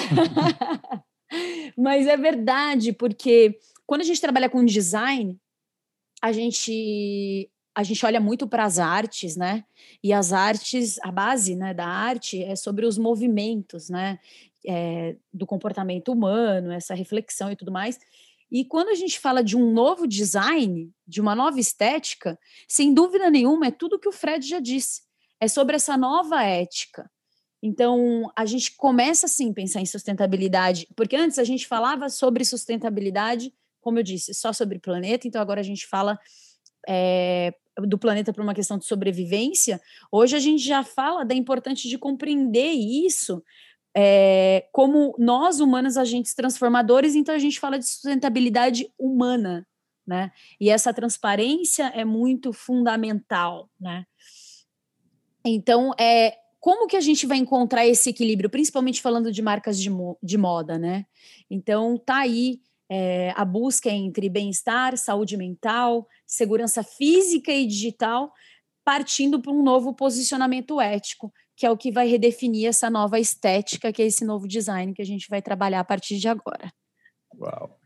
Mas é verdade, porque quando a gente trabalha com design, a gente... a gente olha muito para as artes, né? E as artes, a base, né, da arte é sobre os movimentos, né? É, do comportamento humano, essa reflexão e tudo mais. E quando a gente fala de um novo design, de uma nova estética, sem dúvida nenhuma, é tudo que o Fred já disse. É sobre essa nova ética. Então, a gente começa, sim, a pensar em sustentabilidade, porque antes a gente falava sobre sustentabilidade, como eu disse, só sobre planeta, então agora a gente fala... É, do planeta para uma questão de sobrevivência. Hoje a gente já fala da importância de compreender isso é, como nós, humanos, agentes transformadores, então a gente fala de sustentabilidade humana, né? E essa transparência é muito fundamental, né? Então, é, como que a gente vai encontrar esse equilíbrio, principalmente falando de marcas de, mo- de moda, né? Então, tá aí é, a busca entre bem-estar, saúde mental, segurança física e digital, partindo para um novo posicionamento ético, que é o que vai redefinir essa nova estética, que é esse novo design que a gente vai trabalhar a partir de agora. Uau!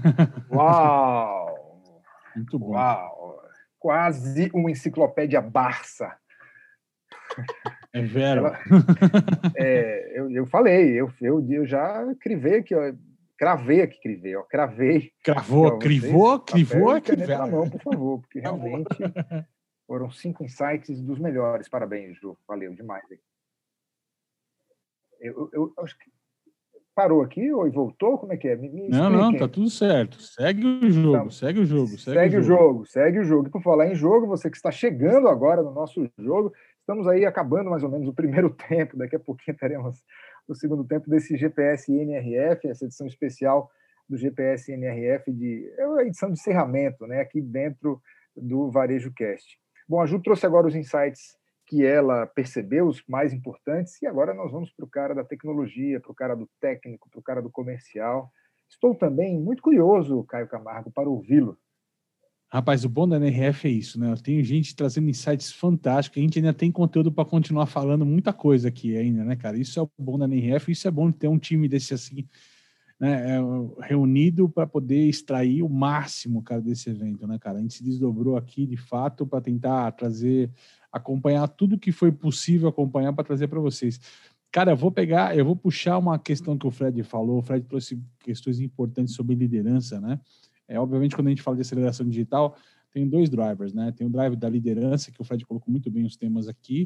Uau! Muito bom. Uau! Quase uma enciclopédia Barça. É Vero. Ela, é, eu, eu falei, eu, eu, eu já crivei aqui, ó, cravei aqui, crivei, ó, cravei. Cravou, Aqui, ó, crivou, vocês, crivou, papel e caneta crivela. na mão, por favor, porque realmente foram cinco insights dos melhores. Parabéns, Ju, valeu demais. Eu, eu, eu acho que parou aqui ou voltou? Como é que é? Me, me Não, não, tá expliquem. tudo certo. Segue o jogo, Então, segue o jogo, segue, segue o o jogo. jogo, segue o jogo. E por falar em jogo, você que está chegando agora no nosso jogo, estamos aí acabando mais ou menos o primeiro tempo, daqui a pouquinho teremos o segundo tempo desse G P S N R F, essa edição especial do G P S N R F, de, é a edição de encerramento, né, aqui dentro do Varejo Cast. Bom, a Ju trouxe agora os insights que ela percebeu, os mais importantes, e agora nós vamos para o cara da tecnologia, para o cara do técnico, para o cara do comercial. Estou também muito curioso, Caio Camargo, para ouvi-lo. Rapaz, o bom da N R F é isso, né? Eu tenho gente trazendo insights fantásticos, a gente ainda tem conteúdo para continuar falando muita coisa aqui ainda, né, cara? Isso é o bom da N R F, isso é bom ter um time desse assim, né, é, reunido para poder extrair o máximo, cara, desse evento, né, cara? A gente se desdobrou aqui, de fato, para tentar trazer, acompanhar tudo que foi possível acompanhar para trazer para vocês. Cara, eu vou pegar, eu vou puxar uma questão que o Fred falou, o Fred trouxe questões importantes sobre liderança, né? É, obviamente, quando a gente fala de aceleração digital, tem dois drivers, né? Tem o drive da liderança, que o Fred colocou muito bem os temas aqui,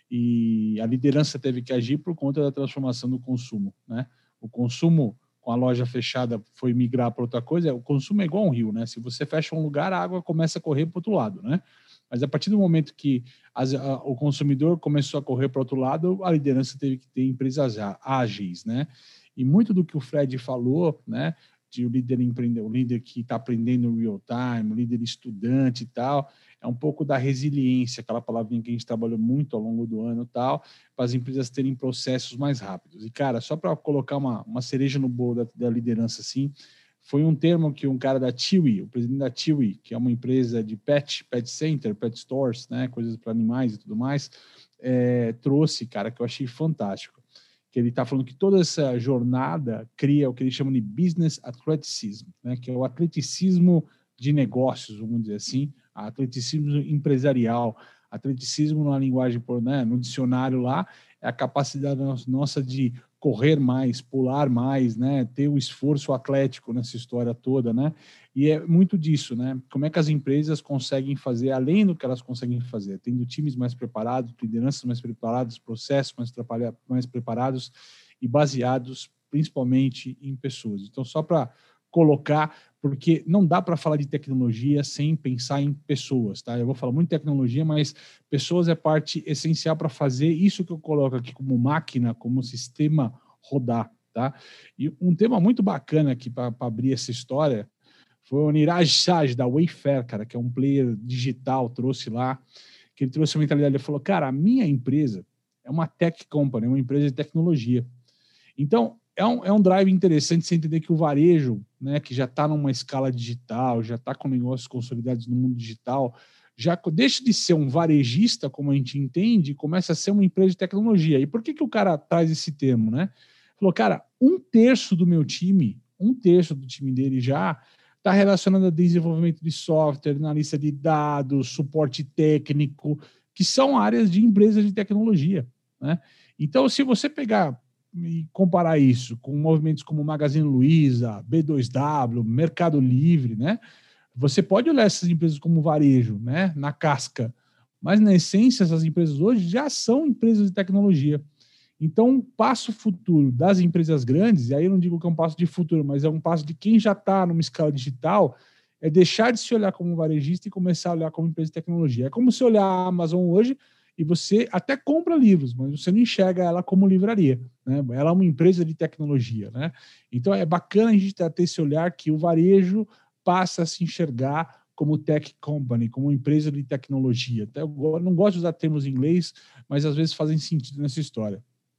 e a liderança teve que agir por conta da transformação do consumo, né? O consumo, com a loja fechada, foi migrar para outra coisa. O consumo é igual a um rio, né? Se você fecha um lugar, a água começa a correr para o outro lado, né? Mas a partir do momento que as, a, o consumidor começou a correr para o outro lado, a liderança teve que ter empresas ágeis, né? E muito do que o Fred falou, né? De o líder empreendedor, o líder que está aprendendo real time, o líder estudante e tal, é um pouco da resiliência, aquela palavrinha que a gente trabalhou muito ao longo do ano e tal, para as empresas terem processos mais rápidos. E, cara, só para colocar uma, uma cereja no bolo da, da liderança, assim, foi um termo que um cara da Chewy, o presidente da Chewy, que é uma empresa de pet, pet center, pet stores, né, coisas para animais e tudo mais, é, trouxe, cara, que eu achei fantástico. Que ele está falando que toda essa jornada cria o que ele chama de business atleticism, né, que é o atleticismo de negócios, vamos dizer assim, atleticismo empresarial, atleticismo na linguagem, né, no dicionário lá, é a capacidade nossa de correr mais, pular mais, né, ter o esforço atlético nessa história toda, né, e é muito disso, né, como é que as empresas conseguem fazer, além do que elas conseguem fazer, tendo times mais preparados, lideranças mais preparadas, processos mais, mais preparados e baseados principalmente em pessoas. Então, só para colocar, porque não dá para falar de tecnologia sem pensar em pessoas, tá? Eu vou falar muito de tecnologia, mas pessoas é parte essencial para fazer isso que eu coloco aqui como máquina, como sistema rodar, tá? E um tema muito bacana aqui para abrir essa história foi o Niraj Shah, da Wayfair, cara, que é um player digital, trouxe lá, que ele trouxe a mentalidade, ele falou, cara, a minha empresa é uma tech company, uma empresa de tecnologia. Então, é um, é um drive interessante você entender que o varejo, né, que já está numa escala digital, já está com negócios consolidados no mundo digital, já deixa de ser um varejista, como a gente entende, e começa a ser uma empresa de tecnologia. E por que, que o cara traz esse termo, né? Falou, cara, um terço do meu time, um terço do time dele já está relacionado a desenvolvimento de software, analista de dados, suporte técnico, que são áreas de empresas de tecnologia, né? Então, se você pegar e comparar isso com movimentos como Magazine Luiza, B dois W, Mercado Livre, né? Você pode olhar essas empresas como varejo, né? Na casca, mas na essência essas empresas hoje já são empresas de tecnologia. Então, um passo futuro das empresas grandes, e aí eu não digo que é um passo de futuro, mas é um passo de quem já está numa escala digital, é deixar de se olhar como varejista e começar a olhar como empresa de tecnologia. É como se olhar a Amazon hoje e você até compra livros, mas você não enxerga ela como livraria, né? Ela é uma empresa de tecnologia, né? Então, é bacana a gente ter esse olhar que o varejo passa a se enxergar como tech company, como empresa de tecnologia. Até eu não gosto de usar termos em inglês, mas às vezes fazem sentido nessa história.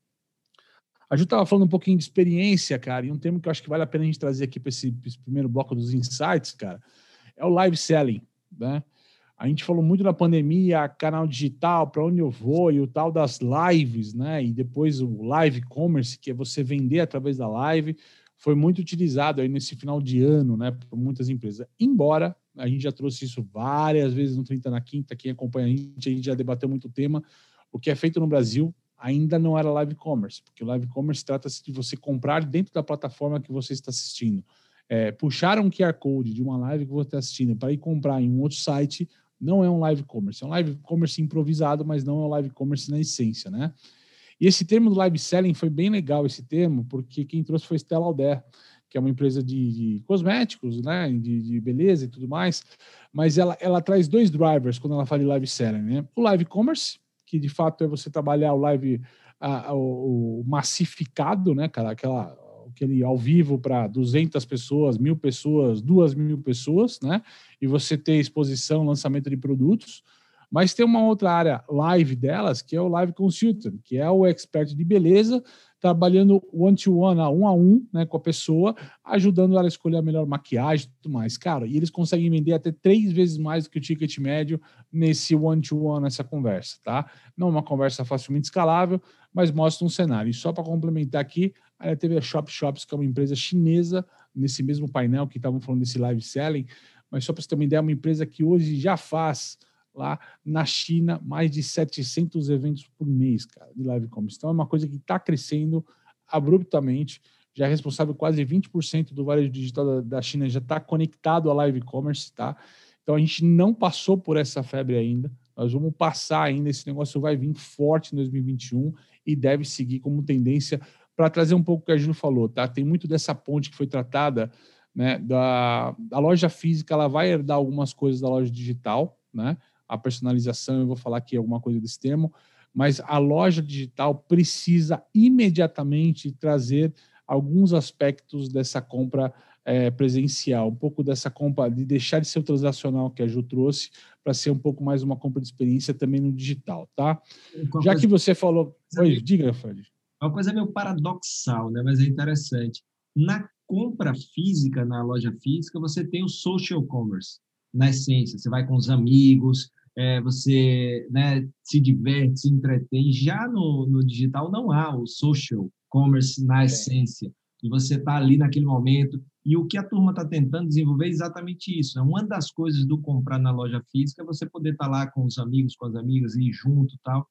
A Ju estava falando um pouquinho de experiência, cara, e um termo que eu acho que vale a pena a gente trazer aqui para esse, esse primeiro bloco dos insights, cara, é o live selling, né? A gente falou muito na pandemia, canal digital, para onde eu vou, e o tal das lives, né? E depois o live commerce, que é você vender através da live, foi muito utilizado aí nesse final de ano, né, por muitas empresas. Embora a gente já trouxe isso várias vezes no trinta na Quinta, quem acompanha a gente, a gente já debateu muito o tema, o que é feito no Brasil ainda não era live commerce, porque o live commerce trata-se de você comprar dentro da plataforma que você está assistindo. É, puxar um Q R Code de uma live que você está assistindo para ir comprar em um outro site não é um live commerce, é um live commerce improvisado, mas não é um live commerce na essência, né? E esse termo do live selling foi bem legal, esse termo, porque quem trouxe foi Stella Lauder, que é uma empresa de, de cosméticos, né, de, de beleza e tudo mais, mas ela, ela traz dois drivers quando ela fala de live selling, né? O live commerce, que de fato é você trabalhar o live, a, a, o massificado, né, cara, aquela, aquele ao vivo para duzentas pessoas, mil pessoas, duas mil pessoas, né, e você ter exposição, lançamento de produtos. Mas tem uma outra área live delas, que é o live consultant, que é o expert de beleza, trabalhando one-to-one, um a um, né, com a pessoa, ajudando ela a escolher a melhor maquiagem e tudo mais. Cara, e eles conseguem vender até três vezes mais do que o ticket médio nesse one-to-one, nessa conversa, tá? Não é uma conversa facilmente escalável, mas mostra um cenário. E só para complementar aqui, aí teve a Shop Shops, que é uma empresa chinesa, nesse mesmo painel que estavam falando desse live selling, mas só para você ter uma ideia, é uma empresa que hoje já faz lá na China, mais de setecentos eventos por mês, cara, de live commerce. Então é uma coisa que está crescendo abruptamente, já é responsável quase vinte por cento do varejo digital da, da China, já está conectado a live commerce, tá? Então a gente não passou por essa febre ainda, nós vamos passar ainda, esse negócio vai vir forte em dois mil e vinte e um e deve seguir como tendência para trazer um pouco o que a Ju falou, tá? Tem muito dessa ponte que foi tratada, né, da, da loja física, ela vai herdar algumas coisas da loja digital, né? A personalização, eu vou falar aqui alguma coisa desse termo, mas a loja digital precisa imediatamente trazer alguns aspectos dessa compra é, presencial, um pouco dessa compra, de deixar de ser o transacional que a Ju trouxe, para ser um pouco mais uma compra de experiência também no digital, tá? Já coisa, que você falou... Oi, meio, diga, Fred. É uma coisa meio paradoxal, né? Mas é interessante. Na compra física, na loja física, você tem o social commerce. Na essência, você vai com os amigos, é, você, né, se diverte, se entretém. Já no, no digital não há o social commerce na essência. E você está ali naquele momento. E o que a turma está tentando desenvolver é exatamente isso. Né? Uma das coisas do comprar na loja física é você poder estar tá lá com os amigos, com as amigas, ir junto e tal.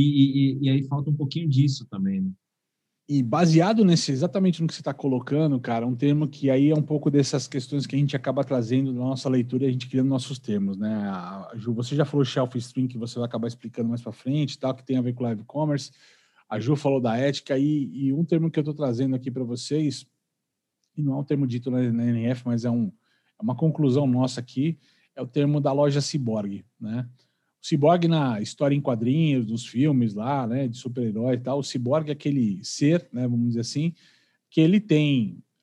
E, e, e aí falta um pouquinho disso também, né? E baseado nesse, exatamente no que você está colocando, cara, um termo que aí é um pouco dessas questões que a gente acaba trazendo na nossa leitura e a gente criando nossos termos, né? A, Ju, você já falou shelf string, que você vai acabar explicando mais para frente, tal, que tem a ver com live commerce. A Ju falou da ética e, e um termo que eu estou trazendo aqui para vocês, e não é um termo dito na, na N F, mas é, um, é uma conclusão nossa aqui, é o termo da loja ciborgue, né? O ciborgue na história em quadrinhos, dos filmes lá, né, de super-herói e tal, o ciborgue é aquele ser, né, vamos dizer assim, que ele tem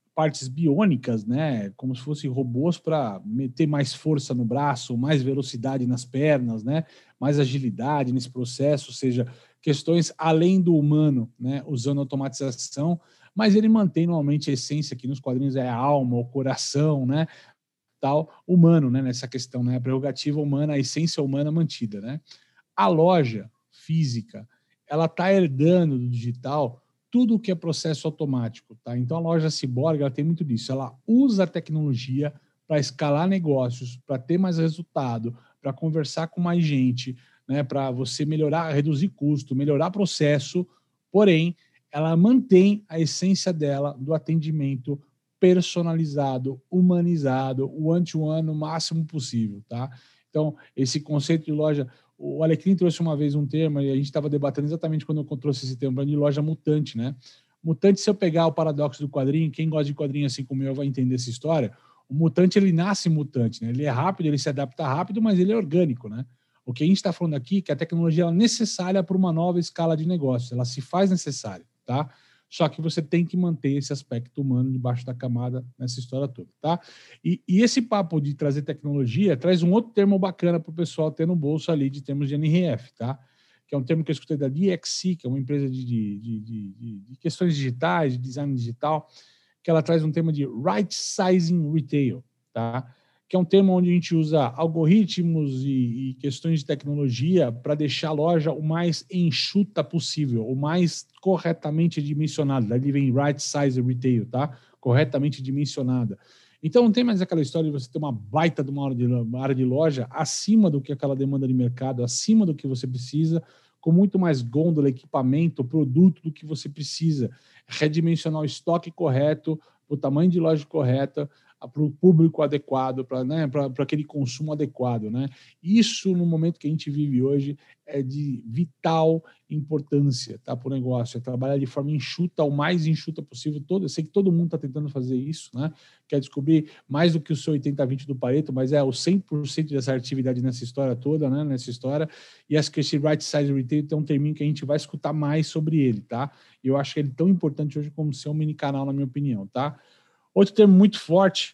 partes biônicas, né? Como se fossem robôs para meter mais força no braço, mais velocidade nas pernas, né? Mais agilidade nesse processo, ou seja, questões além do humano, né? Usando automatização, mas ele mantém normalmente a essência, que nos quadrinhos é a alma, o coração, né? Tal, humano, né? Nessa questão, né? A prerrogativa humana, a essência humana mantida, né? A loja física, ela está herdando do digital tudo o que é processo automático, tá? Então a loja Ciborgue, ela tem muito disso. Ela usa a tecnologia para escalar negócios, para ter mais resultado, para conversar com mais gente, né? Para você melhorar, reduzir custo, melhorar processo. Porém, ela mantém a essência dela do atendimento personalizado, humanizado, o one-to-one no máximo possível, tá? Então, esse conceito de loja... O Alecrim trouxe uma vez um termo, e a gente estava debatendo exatamente quando eu trouxe esse termo de loja mutante, né? Mutante, se eu pegar o paradoxo do quadrinho, quem gosta de quadrinho assim como eu vai entender essa história, o mutante, ele nasce mutante, né? Ele é rápido, ele se adapta rápido, mas ele é orgânico, né? O que a gente está falando aqui é que a tecnologia é necessária para uma nova escala de negócio, ela se faz necessária, tá? Só que você tem que manter esse aspecto humano debaixo da camada nessa história toda, tá? E, e esse papo de trazer tecnologia traz um outro termo bacana para o pessoal ter no bolso ali de termos de N R F, tá? Que é um termo que eu escutei da D X C, que é uma empresa de, de, de, de, de questões digitais, de design digital, que ela traz um termo de Right Sizing Retail, tá? Que é um termo onde a gente usa algoritmos e, e questões de tecnologia para deixar a loja o mais enxuta possível, o mais corretamente dimensionada. Daí vem right size retail, tá? Corretamente dimensionada. Então não tem mais aquela história de você ter uma baita de uma área de, uma área de loja acima do que aquela demanda de mercado, acima do que você precisa, com muito mais gôndola, equipamento, produto do que você precisa. Redimensionar o estoque correto, o tamanho de loja correta, para o público adequado, para né, aquele consumo adequado, né? Isso, no momento que a gente vive hoje, é de vital importância, tá, para o negócio. É trabalhar de forma enxuta, o mais enxuta possível. Todo, eu sei que todo mundo está tentando fazer isso, né? Quer descobrir mais do que o seu oitenta vinte do Pareto, mas é o cem por cento dessa atividade nessa história toda, né? Nessa história. E acho que esse Right Size Retail tem um terminho que a gente vai escutar mais sobre ele, tá? E eu acho que ele é tão importante hoje como ser um mini canal, na minha opinião, tá? Outro termo muito forte,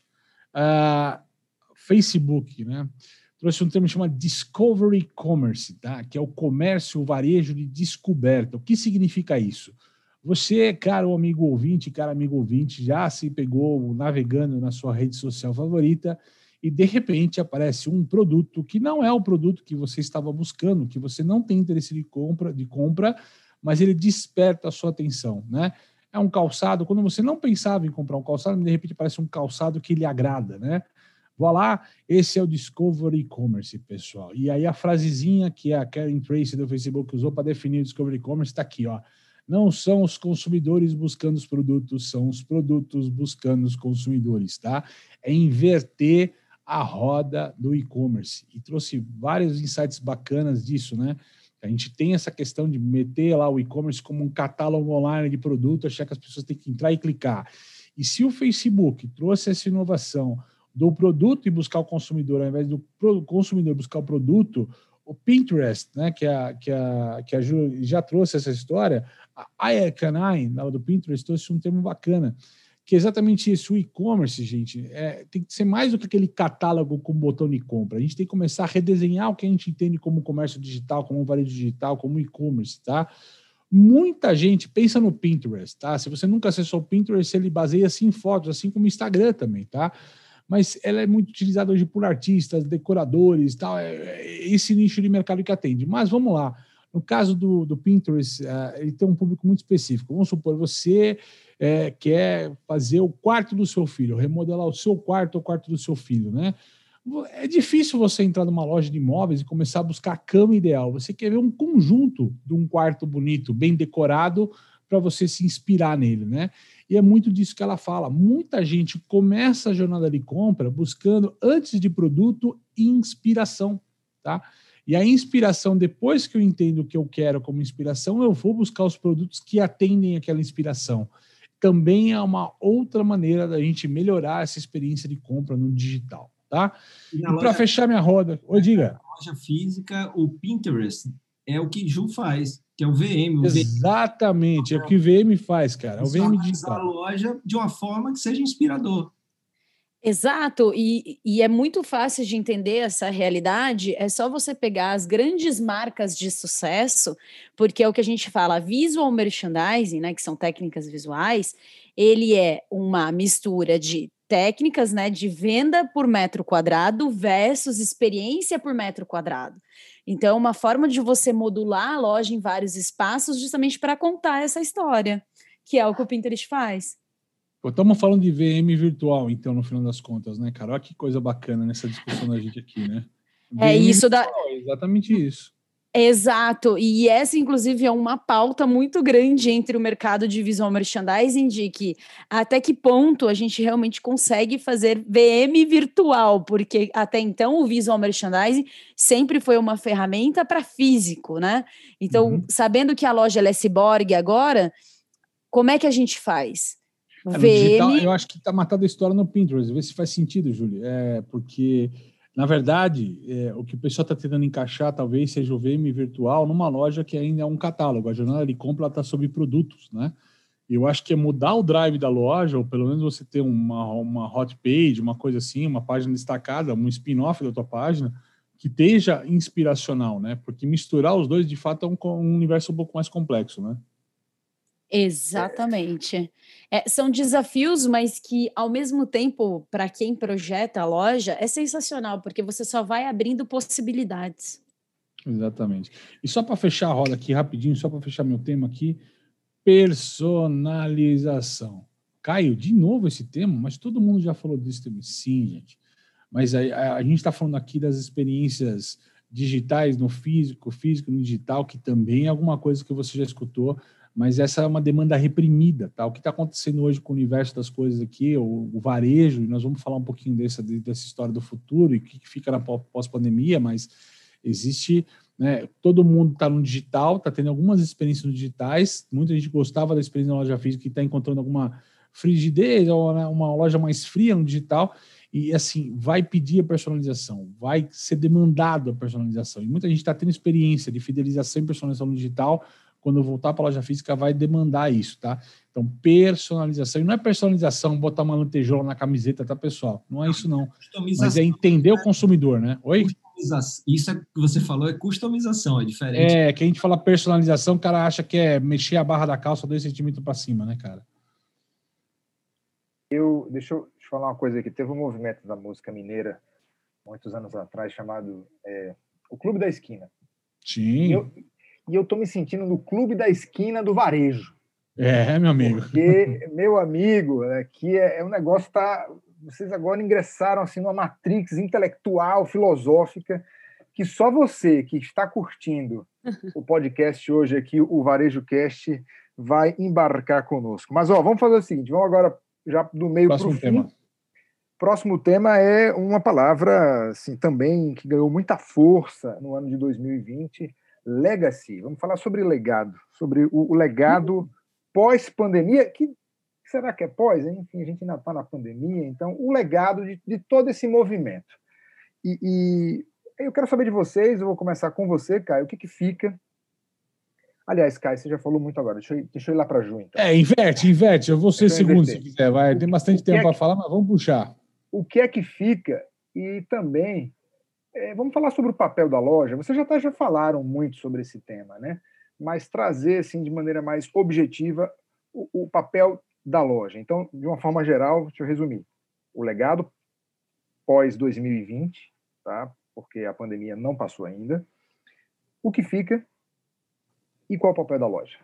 uh, Facebook, né? Trouxe um termo chamado Discovery Commerce, tá? Que é o comércio, o varejo de descoberta. O que significa isso? Você, caro amigo ouvinte, cara amigo ouvinte, já se pegou navegando na sua rede social favorita e, de repente, aparece um produto que não é o produto que você estava buscando, que você não tem interesse de compra, de compra, mas ele desperta a sua atenção, né? É um calçado, quando você não pensava em comprar um calçado, de repente parece um calçado que lhe agrada, né? Vá lá, esse é o Discovery Commerce, pessoal. E aí a frasezinha que a Karen Tracy do Facebook usou para definir o Discovery Commerce está aqui, ó. Não são os consumidores buscando os produtos, são os produtos buscando os consumidores, tá? É inverter a roda do e-commerce. E trouxe vários insights bacanas disso, né? A gente tem essa questão de meter lá o e-commerce como um catálogo online de produto, achar que as pessoas têm que entrar e clicar. E se o Facebook trouxe essa inovação do produto e buscar o consumidor, ao invés do consumidor buscar o produto, o Pinterest, né, que, a, que, a, que a Ju já trouxe essa história, a Iconine, do Pinterest, trouxe um termo bacana, que é exatamente isso, o e-commerce, gente, é, tem que ser mais do que aquele catálogo com botão de compra. A gente tem que começar a redesenhar o que a gente entende como comércio digital, como varejo digital, como e-commerce, tá? Muita gente pensa no Pinterest, tá? Se você nunca acessou o Pinterest, ele baseia-se em fotos, assim como o Instagram também, tá? Mas ela é muito utilizada hoje por artistas, decoradores, tal, é esse nicho de mercado que atende. Mas vamos lá, no caso do, do Pinterest, uh, ele tem um público muito específico. Vamos supor, você é, quer fazer o quarto do seu filho, remodelar o seu quarto ou o quarto do seu filho, né? É difícil você entrar numa loja de imóveis e começar a buscar a cama ideal. Você quer ver um conjunto de um quarto bonito, bem decorado, para você se inspirar nele, né? E é muito disso que ela fala. Muita gente começa a jornada de compra buscando, antes de produto, inspiração, tá? E a inspiração, depois que eu entendo o que eu quero como inspiração, eu vou buscar os produtos que atendem aquela inspiração. Também é uma outra maneira da gente melhorar essa experiência de compra no digital, tá? E, e para fechar minha roda... Oi, diga. Na loja física, o Pinterest é o que Ju faz. que é o V M. O Exatamente, V M. É o que o V M faz, cara. É o V M digital. A loja de uma forma que seja inspirador. Exato, e, e é muito fácil de entender essa realidade, é só você pegar as grandes marcas de sucesso, porque é o que a gente fala, visual merchandising, né, que são técnicas visuais, ele é uma mistura de técnicas, né, de venda por metro quadrado versus experiência por metro quadrado. Então, é uma forma de você modular a loja em vários espaços justamente para contar essa história, que é o que o Pinterest faz. Estamos falando de V M virtual, então, no final das contas, né, cara? Olha que coisa bacana nessa discussão da gente aqui, né? É V M isso virtual, da... é exatamente isso. Exato, e essa, inclusive, é uma pauta muito grande entre o mercado de visual merchandising, de que até que ponto a gente realmente consegue fazer V M virtual, porque até então o visual merchandising sempre foi uma ferramenta para físico, né? Então, uhum. sabendo que a loja ela é ciborgue agora, como é que a gente faz? É, no digital, eu acho que está matando a história no Pinterest. Vê se faz sentido, Júlio. É, porque, na verdade, é, o que o pessoal está tentando encaixar talvez seja o V M virtual numa loja que ainda é um catálogo. A jornada de compra está sobre produtos, né? Eu acho que é mudar o drive da loja, ou pelo menos você ter uma, uma hot page, uma coisa assim, uma página destacada, um spin-off da tua página, que esteja inspiracional, né? Porque misturar os dois, de fato, é um, um universo um pouco mais complexo, né? Exatamente. É, são desafios, mas que, ao mesmo tempo, para quem projeta a loja, é sensacional, porque você só vai abrindo possibilidades. Exatamente. E só para fechar a roda aqui, rapidinho, só para fechar meu tema aqui, personalização. Caio, de novo esse tema, mas todo mundo já falou disso também. Sim, gente. Mas a, a, a gente está falando aqui das experiências digitais no físico, físico no digital, que também é alguma coisa que você já escutou, mas essa é uma demanda reprimida, tá? O que está acontecendo hoje com o universo das coisas aqui, o, o varejo, e nós vamos falar um pouquinho dessa, dessa história do futuro e o que fica na pós-pandemia, mas existe, né? Todo mundo está no digital, está tendo algumas experiências digitais, muita gente gostava da experiência na loja física e está encontrando alguma frigidez ou uma loja mais fria no digital, e assim, vai pedir a personalização, vai ser demandado a personalização, e muita gente está tendo experiência de fidelização e personalização no digital. Quando voltar para a loja física, vai demandar isso, tá? Então, personalização. E não é personalização, botar uma lantejola na camiseta, tá, pessoal? Não é isso, não. Mas é entender o consumidor, né? Oi? Isso é que você falou, é customização, é diferente. É, que a gente fala personalização, o cara acha que é mexer a barra da calça dois centímetros para cima, né, cara? Eu, deixa eu te falar uma coisa aqui. Teve um movimento da música mineira, muitos anos atrás, chamado é, o Clube da Esquina. Sim. E eu, E eu estou me sentindo no clube da esquina do varejo. É, meu amigo. Porque, meu amigo, aqui é, é um negócio, tá, vocês agora ingressaram assim, numa matrix intelectual, filosófica, que só você que está curtindo o podcast hoje aqui, o Varejo Cast, vai embarcar conosco. Mas ó, vamos fazer o seguinte, vamos agora já do meio para o fim. Tema. Próximo tema é uma palavra assim, também que ganhou muita força no ano de dois mil e vinte, legacy. Vamos falar sobre legado, sobre o, o legado pós-pandemia, que será que é pós? Enfim, a gente ainda está na pandemia, então o legado de, de todo esse movimento. E, e eu quero saber de vocês, eu vou começar com você, Caio, o que, que fica? Aliás, Caio, você já falou muito agora, deixa eu, deixa eu ir lá para Ju, então. É, inverte, inverte, eu vou ser segundo se quiser, vai, tem bastante tempo é para falar, mas vamos puxar. O que é que fica e também É, vamos falar sobre o papel da loja. Vocês já, tá, já falaram muito sobre esse tema, né? Mas trazer assim, de maneira mais objetiva o, o papel da loja. Então, de uma forma geral, deixa eu resumir. O legado pós dois mil e vinte, tá? Porque a pandemia não passou ainda. O que fica e qual é o papel da loja?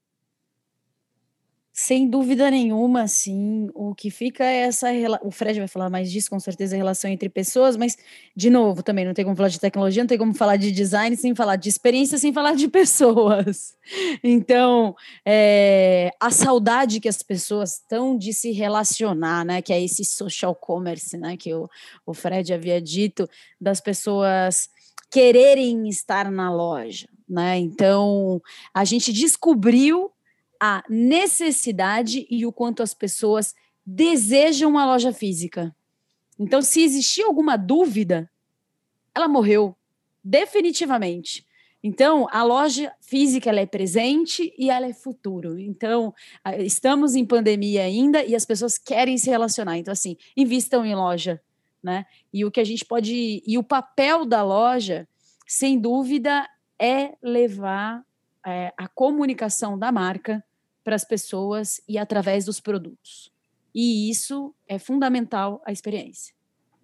Sem dúvida nenhuma, assim, o que fica é essa... O Fred vai falar mais disso, com certeza, a relação entre pessoas, mas, de novo, também não tem como falar de tecnologia, não tem como falar de design sem falar de experiência, sem falar de pessoas. Então, é, a saudade que as pessoas estão de se relacionar, né, que é esse social commerce, né, que o, o Fred havia dito, das pessoas quererem estar na loja, né? Então, a gente descobriu a necessidade e o quanto as pessoas desejam uma loja física. Então, se existia alguma dúvida, ela morreu, definitivamente. Então, a loja física ela é presente e ela é futuro. Então, estamos em pandemia ainda e as pessoas querem se relacionar. Então, assim, invistam em loja, né? E o que a gente pode... E o papel da loja, sem dúvida, é levar é, a comunicação da marca para as pessoas e através dos produtos. E isso é fundamental à experiência.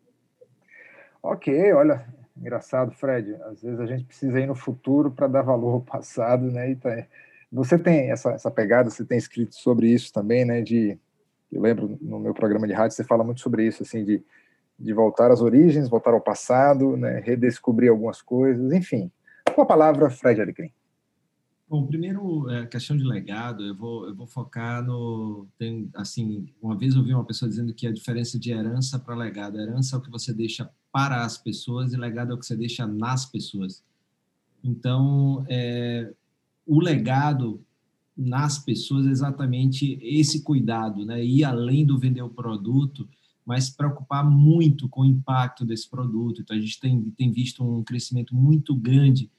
Ok, olha, engraçado, Fred. Às vezes a gente precisa ir no futuro para dar valor ao passado, né? E tá, você tem essa, essa pegada, você tem escrito sobre isso também, né? De, eu lembro no meu programa de rádio você fala muito sobre isso, assim, de, de voltar às origens, voltar ao passado, né? Redescobrir algumas coisas, enfim. Com a palavra, Fred Alecrim. Bom, primeiro, é, questão de legado, eu vou, eu vou focar no... Tem, assim, uma vez eu ouvi uma pessoa dizendo que a diferença de herança para legado, herança é o que você deixa para as pessoas e legado é o que você deixa nas pessoas. Então, é, o legado nas pessoas é exatamente esse cuidado, né? Ir além do vender o produto, mas se preocupar muito com o impacto desse produto. Então, a gente tem, tem visto um crescimento muito grande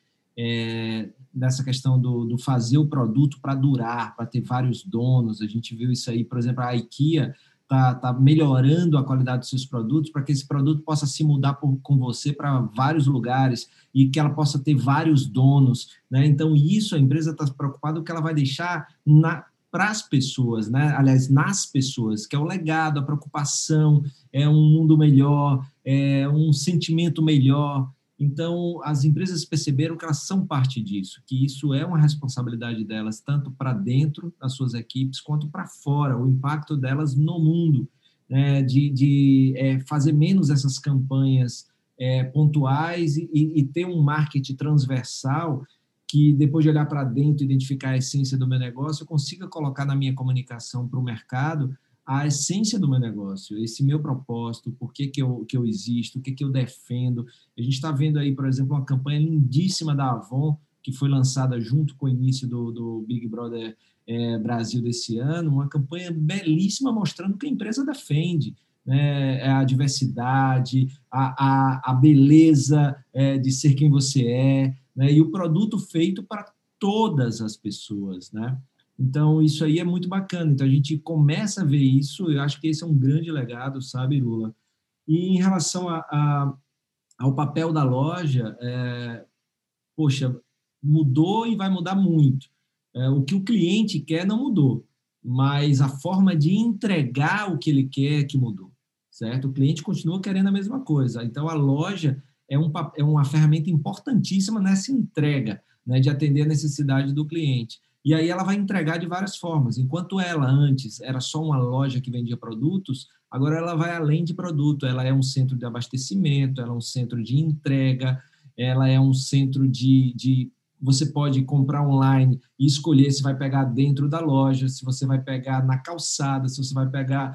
É, dessa questão do, do fazer o produto para durar, para ter vários donos. A gente viu isso aí, por exemplo, a IKEA está tá melhorando a qualidade dos seus produtos para que esse produto possa se mudar por, com você para vários lugares e que ela possa ter vários donos, né? Então, isso, a empresa está preocupada com o que ela vai deixar para as pessoas, né? Aliás, nas pessoas, que é o legado, a preocupação, é um mundo melhor, é um sentimento melhor. Então, as empresas perceberam que elas são parte disso, que isso é uma responsabilidade delas, tanto para dentro das suas equipes, quanto para fora, o impacto delas no mundo, né, de, de é, fazer menos essas campanhas é, pontuais e, e ter um marketing transversal que, depois de olhar para dentro e identificar a essência do meu negócio, eu consiga colocar na minha comunicação para o mercado a essência do meu negócio, esse meu propósito, por que, que, eu, que eu existo, o que, que eu defendo. A gente está vendo aí, por exemplo, uma campanha lindíssima da Avon, que foi lançada junto com o início do, do Big Brother é, Brasil desse ano, uma campanha belíssima mostrando o que a empresa defende, né? A diversidade, a, a, a beleza é, de ser quem você é, né? E o produto feito para todas as pessoas, né? Então, isso aí é muito bacana. Então, a gente começa a ver isso. Eu acho que esse é um grande legado, sabe, Lula? E em relação a, a, ao papel da loja, é, poxa, mudou e vai mudar muito. É, o que o cliente quer não mudou, mas a forma de entregar o que ele quer é que mudou, certo? O cliente continua querendo a mesma coisa. Então, a loja é, um, é uma ferramenta importantíssima nessa entrega, né, de atender a necessidade do cliente. E aí ela vai entregar de várias formas. Enquanto ela antes era só uma loja que vendia produtos, agora ela vai além de produto. Ela é um centro de abastecimento, ela é um centro de entrega, ela é um centro de... de você pode comprar online e escolher se vai pegar dentro da loja, se você vai pegar na calçada, se você vai pegar...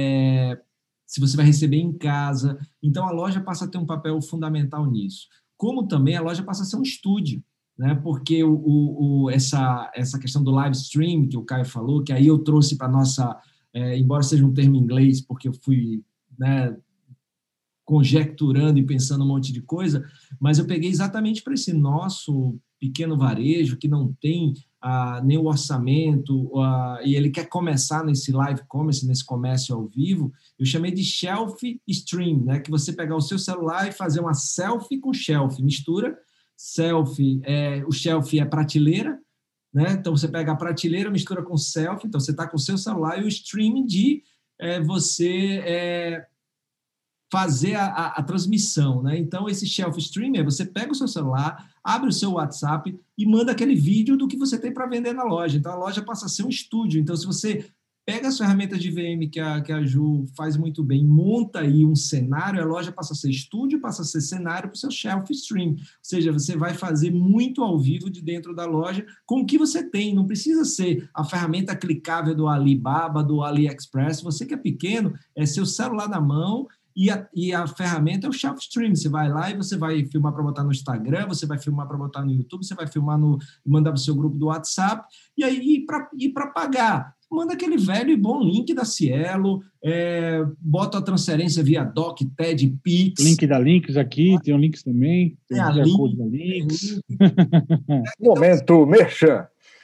É, se você vai receber em casa. Então, a loja passa a ter um papel fundamental nisso. Como também a loja passa a ser um estúdio, né? Porque o, o, o, essa, essa questão do live stream que o Caio falou, que aí eu trouxe para a nossa, é, embora seja um termo em inglês, porque eu fui, né, conjecturando e pensando um monte de coisa, mas eu peguei exatamente para esse nosso pequeno varejo que não tem ah, nem o orçamento ah, e ele quer começar nesse live commerce, nesse comércio ao vivo. Eu chamei de shelf stream, né? Que você pegar o seu celular e fazer uma selfie com shelf, mistura. Selfie, é, o shelf é prateleira, né? Então você pega a prateleira, mistura com selfie, então você está com o seu celular, e o streaming de é, você é, fazer a, a, a transmissão, né? Então esse shelf streaming é você pega o seu celular, abre o seu WhatsApp e manda aquele vídeo do que você tem para vender na loja. Então a loja passa a ser um estúdio. Então se você pega as ferramentas de V M que a, que a Ju faz muito bem, monta aí um cenário, a loja passa a ser estúdio, passa a ser cenário para o seu shelf stream. Ou seja, você vai fazer muito ao vivo de dentro da loja com o que você tem. Não precisa ser a ferramenta clicável do Alibaba, do AliExpress. Você que é pequeno, é seu celular na mão e a, e a ferramenta é o shelf stream. Você vai lá e você vai filmar para botar no Instagram, você vai filmar para botar no YouTube, você vai filmar no mandar para o seu grupo do WhatsApp e aí para pagar. manda aquele velho e bom link da Cielo, é, bota a transferência via D O C, T E D, Pix. Link da Links aqui, tem o Links também. Tem É o a Q R Link, Code da Links. Momento, merchan.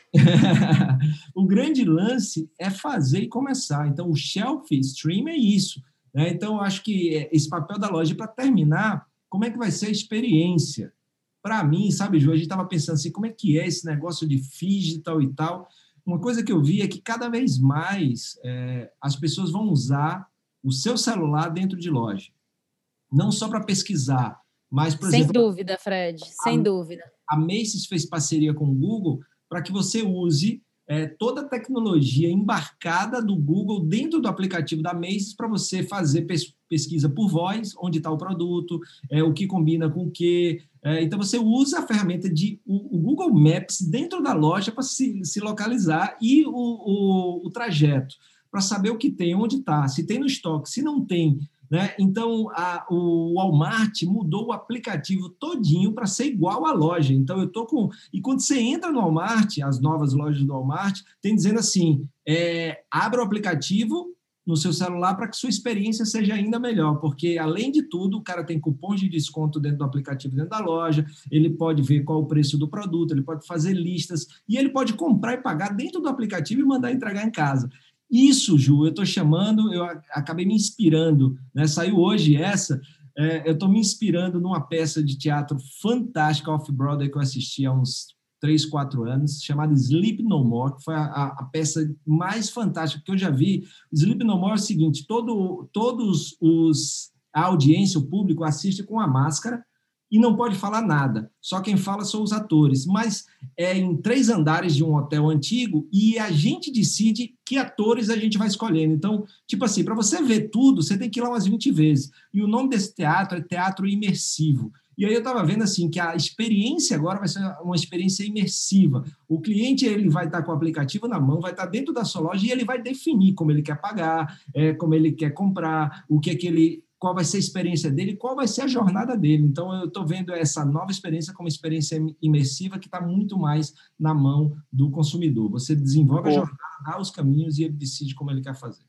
O grande lance é fazer e começar. Então, o Shelf Stream é isso. Né? Então, eu acho que esse papel da loja, para terminar, como é que vai ser a experiência? Para mim, sabe, Ju, a gente estava pensando assim, como é que é esse negócio de digital e tal. Uma coisa que eu vi é que cada vez mais é, as pessoas vão usar o seu celular dentro de loja. Não só para pesquisar, mas, por Sem exemplo... dúvida, Fred, sem a, dúvida. A Macy's fez parceria com o Google para que você use é, toda a tecnologia embarcada do Google dentro do aplicativo da Macy's para você fazer pes- pesquisa por voz, onde está o produto, é, o que combina com o quê. É, então, você usa a ferramenta de o, o Google Maps dentro da loja para se, se localizar e o, o, o trajeto, para saber o que tem, onde está, se tem no estoque, se não tem. Né? Então, a, o Walmart mudou o aplicativo todinho para ser igual à loja. Então, eu estou com... E quando você entra no Walmart, as novas lojas do Walmart, tem dizendo assim, é, abra o aplicativo no seu celular para que sua experiência seja ainda melhor, porque, além de tudo, o cara tem cupons de desconto dentro do aplicativo, dentro da loja, ele pode ver qual o preço do produto, ele pode fazer listas, e ele pode comprar e pagar dentro do aplicativo e mandar entregar em casa. Isso, Ju, eu estou chamando, eu acabei me inspirando, né? Saiu hoje essa, é, eu estou me inspirando numa peça de teatro fantástica off-Broadway que eu assisti há uns três, quatro anos, chamada Sleep No More, que foi a, a, a peça mais fantástica que eu já vi. Sleep No More é o seguinte, todo, todos os, a audiência, o público assiste com a máscara, e não pode falar nada. Só quem fala são os atores. Mas é em três andares de um hotel antigo e a gente decide que atores a gente vai escolhendo. Então, tipo assim, para você ver tudo, você tem que ir lá umas vinte vezes. E o nome desse teatro é Teatro Imersivo. E aí eu estava vendo assim que a experiência agora vai ser uma experiência imersiva. O cliente ele vai estar com o aplicativo na mão, vai estar dentro da sua loja e ele vai definir como ele quer pagar, é, como ele quer comprar, o que é que ele... qual vai ser a experiência dele, qual vai ser a jornada dele. Então, eu estou vendo essa nova experiência como experiência imersiva que está muito mais na mão do consumidor. Você desenvolve a jornada, dá os caminhos e ele decide como ele quer fazer.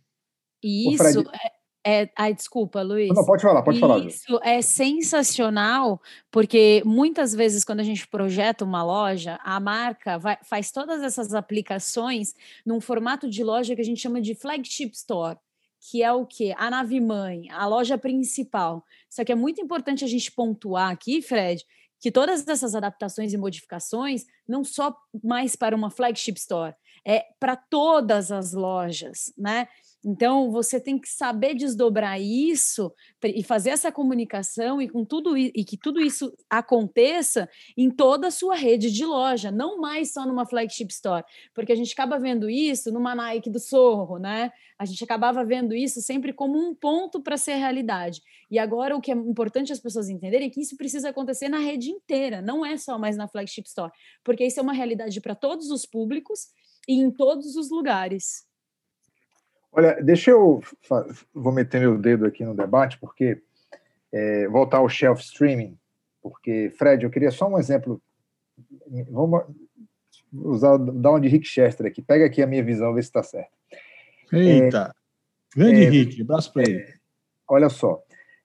E isso é, é... Ai, desculpa, Luiz. Não, pode falar, pode falar. Isso é sensacional, porque muitas vezes quando a gente projeta uma loja, a marca vai, faz todas essas aplicações num formato de loja que a gente chama de flagship store, que é o quê? A nave-mãe, a loja principal. Só que é muito importante a gente pontuar aqui, Fred, que todas essas adaptações e modificações não só mais para uma flagship store, é para todas as lojas, né? Então, você tem que saber desdobrar isso e fazer essa comunicação e, com tudo, e que tudo isso aconteça em toda a sua rede de loja, não mais só numa flagship store, porque a gente acaba vendo isso numa Nike do Sorro, né? A gente acabava vendo isso sempre como um ponto para ser realidade. E agora o que é importante as pessoas entenderem é que isso precisa acontecer na rede inteira, não é só mais na flagship store, porque isso é uma realidade para todos os públicos e em todos os lugares. Olha, deixa eu... Vou meter meu dedo aqui no debate, porque... É, voltar ao shelf streaming, porque, Fred, eu queria só um exemplo. Vamos usar, dar uma de Rick Chester aqui. Pega aqui a minha visão, vê se está certo. Eita! É, grande é, Rick, abraço para ele. É, olha só.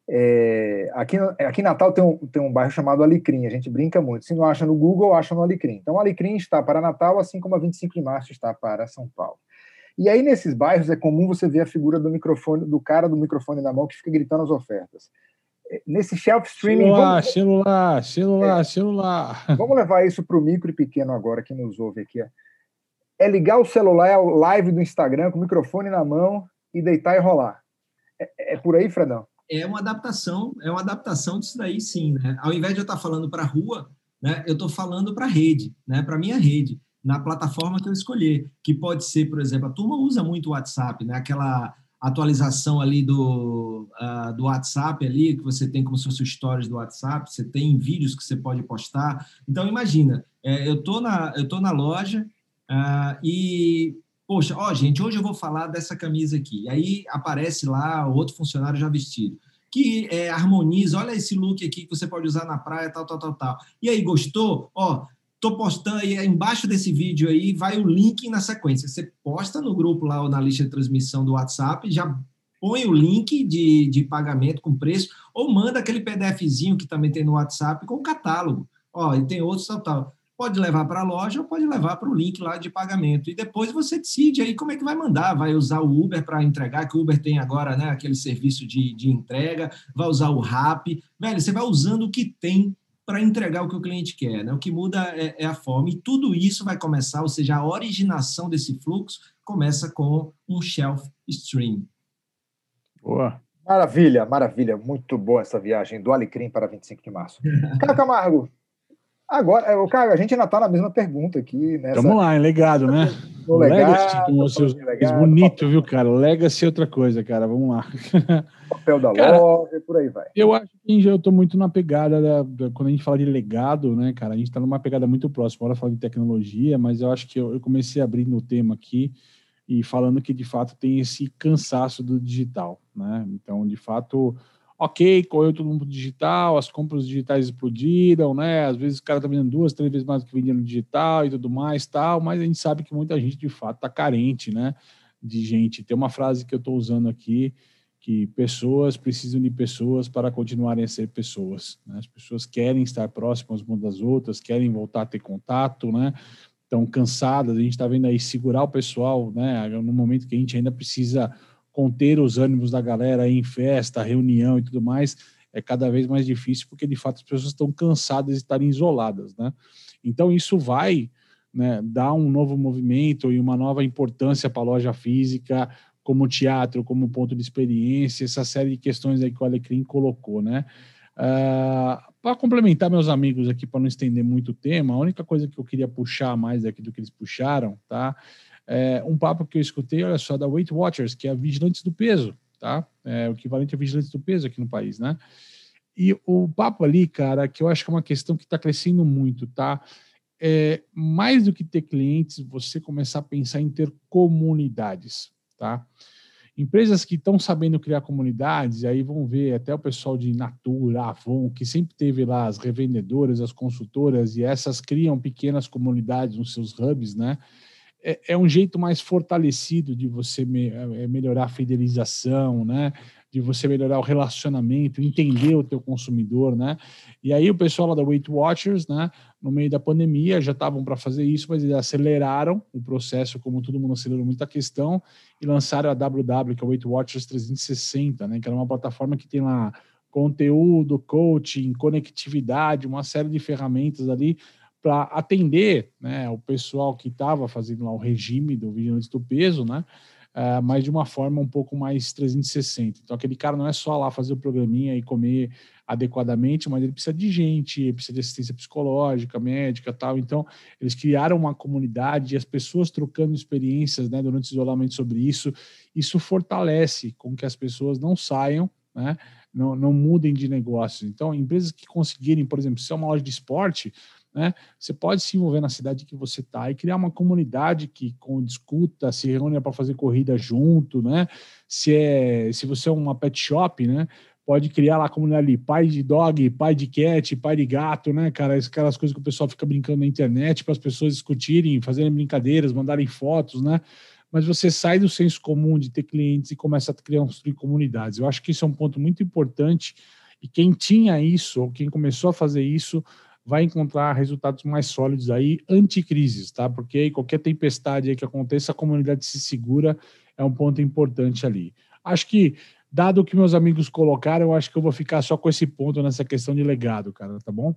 É, aqui, aqui em Natal tem um, tem um bairro chamado Alecrim, a gente brinca muito. Se não acha no Google, acha no Alecrim. Então, Alecrim está para Natal, assim como a vinte e cinco de março está para São Paulo. E aí, nesses bairros, é comum você ver a figura do microfone, do cara do microfone na mão que fica gritando as ofertas. Nesse shelf streaming... Celular, vamos, celular, celular, é, celular. Vamos levar isso para o micro e pequeno agora, que nos ouve aqui. Ó. É ligar o celular ao live do Instagram com o microfone na mão e deitar e rolar. É, é por aí, Fredão? É uma adaptação, é uma adaptação disso daí, sim. Né? Ao invés de eu estar falando para a rua, né, eu estou falando para a rede, né, para a minha rede, na plataforma que eu escolher, que pode ser, por exemplo, a turma usa muito o WhatsApp, né, aquela atualização ali do, uh, do WhatsApp ali, que você tem como se fosse stories do WhatsApp, você tem vídeos que você pode postar. Então, imagina, é, eu estou na, eu tô na loja uh, e, poxa, ó, gente, hoje eu vou falar dessa camisa aqui. E aí aparece lá outro funcionário já vestido, que é, harmoniza, olha esse look aqui que você pode usar na praia, tal, tal, tal, tal. E aí, gostou? Ó, Estou postando aí, embaixo desse vídeo aí, vai o link na sequência. Você posta no grupo lá ou na lista de transmissão do WhatsApp, já põe o link de, de pagamento com preço, ou manda aquele PDFzinho que também tem no WhatsApp com o catálogo. Ó, e tem outros tal, tal. Pode levar para a loja ou pode levar para o link lá de pagamento. E depois você decide aí como é que vai mandar. Vai usar o Uber para entregar, que o Uber tem agora, né, aquele serviço de, de entrega, vai usar o Rappi. Velho, você vai usando o que tem para entregar o que o cliente quer, né? O que muda é, é a forma. E tudo isso vai começar, ou seja, a originação desse fluxo começa com um shelf stream. Boa. Maravilha, maravilha. Muito boa essa viagem do Alecrim para vinte e cinco de março. Caio Camargo, agora, Caio, a gente ainda está na mesma pergunta aqui. Nessa... Vamos lá, em legado, né? No Legacy, legado, com os seus legado, bonito, papel, viu, cara? Legacy é outra coisa, cara. Vamos lá. papel da Cara, loja, e por aí vai. Eu acho que eu estou muito na pegada da, da- quando a gente fala de legado, né, cara? A gente está numa pegada muito próxima. Agora fala de tecnologia, mas eu acho que eu, eu comecei abrindo o tema aqui e falando que de fato tem esse cansaço do digital, né? Então, de fato, ok, correu todo mundo pro digital, as compras digitais explodiram, né? Às vezes o cara tá vendendo duas, três vezes mais do que vendia no digital e tudo mais, tal, mas a gente sabe que muita gente de fato tá carente, né? De gente. Tem uma frase que eu estou usando aqui que pessoas precisam de pessoas para continuarem a ser pessoas, né? As pessoas querem estar próximas umas das outras, querem voltar a ter contato, né? Estão cansadas, a gente está vendo aí segurar o pessoal, né? No momento que a gente ainda precisa conter os ânimos da galera aí em festa, reunião e tudo mais, é cada vez mais difícil, porque de fato as pessoas estão cansadas de estarem isoladas, né? Então isso vai, né, dar um novo movimento e uma nova importância para a loja física, como teatro, como ponto de experiência, essa série de questões aí que o Alecrim colocou, né? Uh, para complementar meus amigos aqui, para não estender muito o tema, a única coisa que eu queria puxar mais aqui do que eles puxaram, tá? É um papo que eu escutei, olha só, da Weight Watchers, que é a Vigilantes do Peso, tá? É o equivalente a Vigilantes do Peso aqui no país, né? E o papo ali, cara, que eu acho que é uma questão que está crescendo muito, tá? É, mais do que ter clientes, você começar a pensar em ter comunidades, tá? Empresas que estão sabendo criar comunidades, aí vão ver até o pessoal de Natura, Avon, que sempre teve lá as revendedoras, as consultoras, e essas criam pequenas comunidades nos seus hubs, né? É, é um jeito mais fortalecido de você me, é, melhorar a fidelização, né? De você melhorar o relacionamento, entender o teu consumidor, né? E aí o pessoal lá da Weight Watchers, né, no meio da pandemia, já estavam para fazer isso, mas eles aceleraram o processo, como todo mundo acelerou muita questão, e lançaram a W W, que é o Weight Watchers trezentos e sessenta, né, que era uma plataforma que tem lá conteúdo, coaching, conectividade, uma série de ferramentas ali para atender, né, o pessoal que estava fazendo lá o regime do Vigilantes do Peso, né, uh, mas de uma forma um pouco mais trezentos e sessenta. Então, aquele cara não é só lá fazer o programinha e comer adequadamente, mas ele precisa de gente, ele precisa de assistência psicológica, médica, tal. Então, eles criaram uma comunidade e as pessoas trocando experiências, né, durante o isolamento sobre isso. Isso fortalece com que as pessoas não saiam, né, não, não mudem de negócio. Então, empresas que conseguirem, por exemplo, se é uma loja de esporte, né, você pode se envolver na cidade que você está e criar uma comunidade que com, discuta, se reúne para fazer corrida junto, né? Se, é, se você é uma pet shop, né, pode criar lá a comunidade ali, pai de dog, pai de cat, pai de gato, né, cara? Aquelas coisas que o pessoal fica brincando na internet para as pessoas discutirem, fazerem brincadeiras, mandarem fotos, né? Mas você sai do senso comum de ter clientes e começa a criar, construir comunidades. Eu acho que isso é um ponto muito importante e quem tinha isso, ou quem começou a fazer isso, vai encontrar resultados mais sólidos aí, anticrises, tá? Porque aí qualquer tempestade aí que aconteça, a comunidade se segura, é um ponto importante ali. Acho que, dado o que meus amigos colocaram, eu acho que eu vou ficar só com esse ponto nessa questão de legado, cara, tá bom?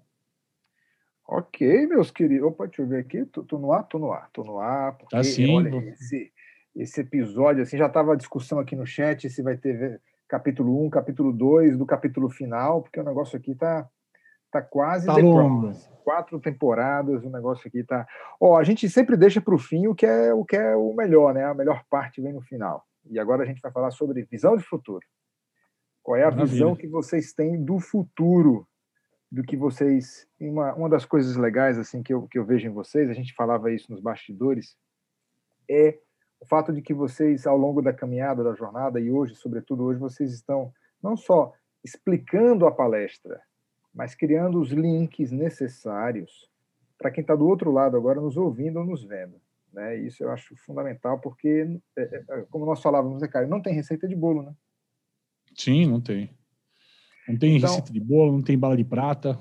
Ok, meus queridos. Opa, deixa eu ver aqui. Tô, tô no ar? Tô no ar. Tô no ar, porque, Tá sim, olha, vou- esse, esse episódio, assim, já estava a discussão aqui no chat se vai ter capítulo um, capítulo dois, do capítulo final, porque o negócio aqui tá, tá quase Tá The longo. Crown. Quatro temporadas, o negócio aqui tá. Ó, a gente sempre deixa para o fim o que é o que é o melhor, né? A melhor parte vem no final. E agora a gente vai falar sobre visão de futuro. Qual é a Maravilha. visão que vocês têm do futuro? Do que vocês. Uma, uma das coisas legais assim que eu, que eu vejo em vocês, a gente falava isso nos bastidores, é o fato de que vocês, ao longo da caminhada, da jornada, e hoje, sobretudo hoje, vocês estão não só explicando a palestra, mas criando os links necessários para quem está do outro lado agora, nos ouvindo ou nos vendo. Né? Isso eu acho fundamental, porque, como nós falávamos, né, Caio, não tem receita de bolo, né? Sim, não tem. Não tem então, receita de bolo, não tem bala de prata.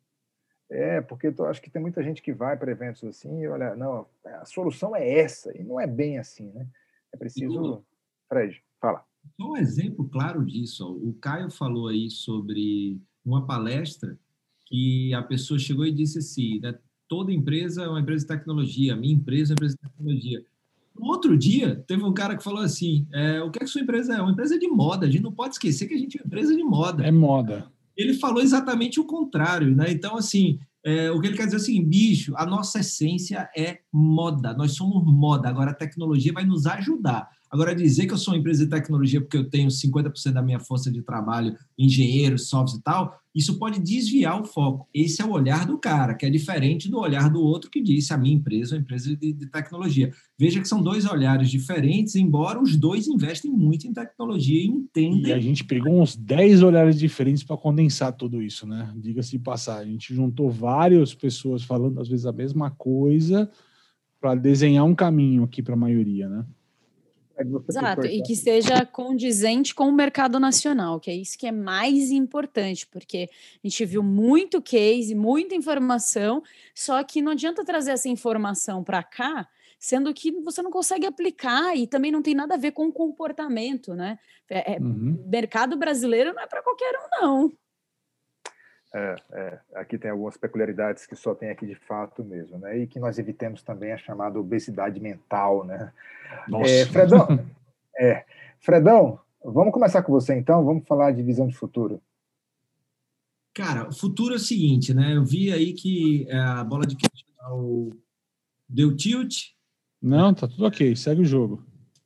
É, porque eu acho que tem muita gente que vai para eventos assim e olha, não, a solução é essa, e não é bem assim, né? É preciso... Fred, fala. Um exemplo claro disso, ó. O Caio falou aí sobre uma palestra que a pessoa chegou e disse assim, né, toda empresa é uma empresa de tecnologia, a minha empresa é uma empresa de tecnologia. No outro dia, teve um cara que falou assim, é, o que é que sua empresa é? Uma empresa de moda, a gente não pode esquecer que a gente é uma empresa de moda. É moda. Ele falou exatamente o contrário, né? Então, assim, é, o que ele quer dizer é o seguinte, bicho, a nossa essência é moda, nós somos moda, agora a tecnologia vai nos ajudar. Agora, dizer que eu sou uma empresa de tecnologia porque eu tenho cinquenta por cento da minha força de trabalho, engenheiros, softwares e tal, isso pode desviar o foco. Esse é o olhar do cara, que é diferente do olhar do outro que disse a minha empresa é uma empresa de, de tecnologia. Veja que são dois olhares diferentes, embora os dois investem muito em tecnologia e entendem... E a gente pegou uns dez olhares diferentes para condensar tudo isso, né? Diga-se de passagem. A gente juntou várias pessoas falando, às vezes, a mesma coisa para desenhar um caminho aqui para a maioria, né? Exato, e que seja condizente com o mercado nacional, que é isso que é mais importante, porque a gente viu muito case, muita informação, só que não adianta trazer essa informação para cá, sendo que você não consegue aplicar e também não tem nada a ver com o comportamento, né? É, uhum. Mercado brasileiro não é para qualquer um, não. É, é, aqui tem algumas peculiaridades que só tem aqui de fato mesmo, né? E que nós evitemos também a chamada obesidade mental, né? Nossa. É, Fredão, é, Fredão, vamos começar com você então, vamos falar de visão de futuro. Cara, o futuro é o seguinte, né? Eu vi aí que a bola de cristal deu tilt. Não, tá tudo ok, segue o jogo.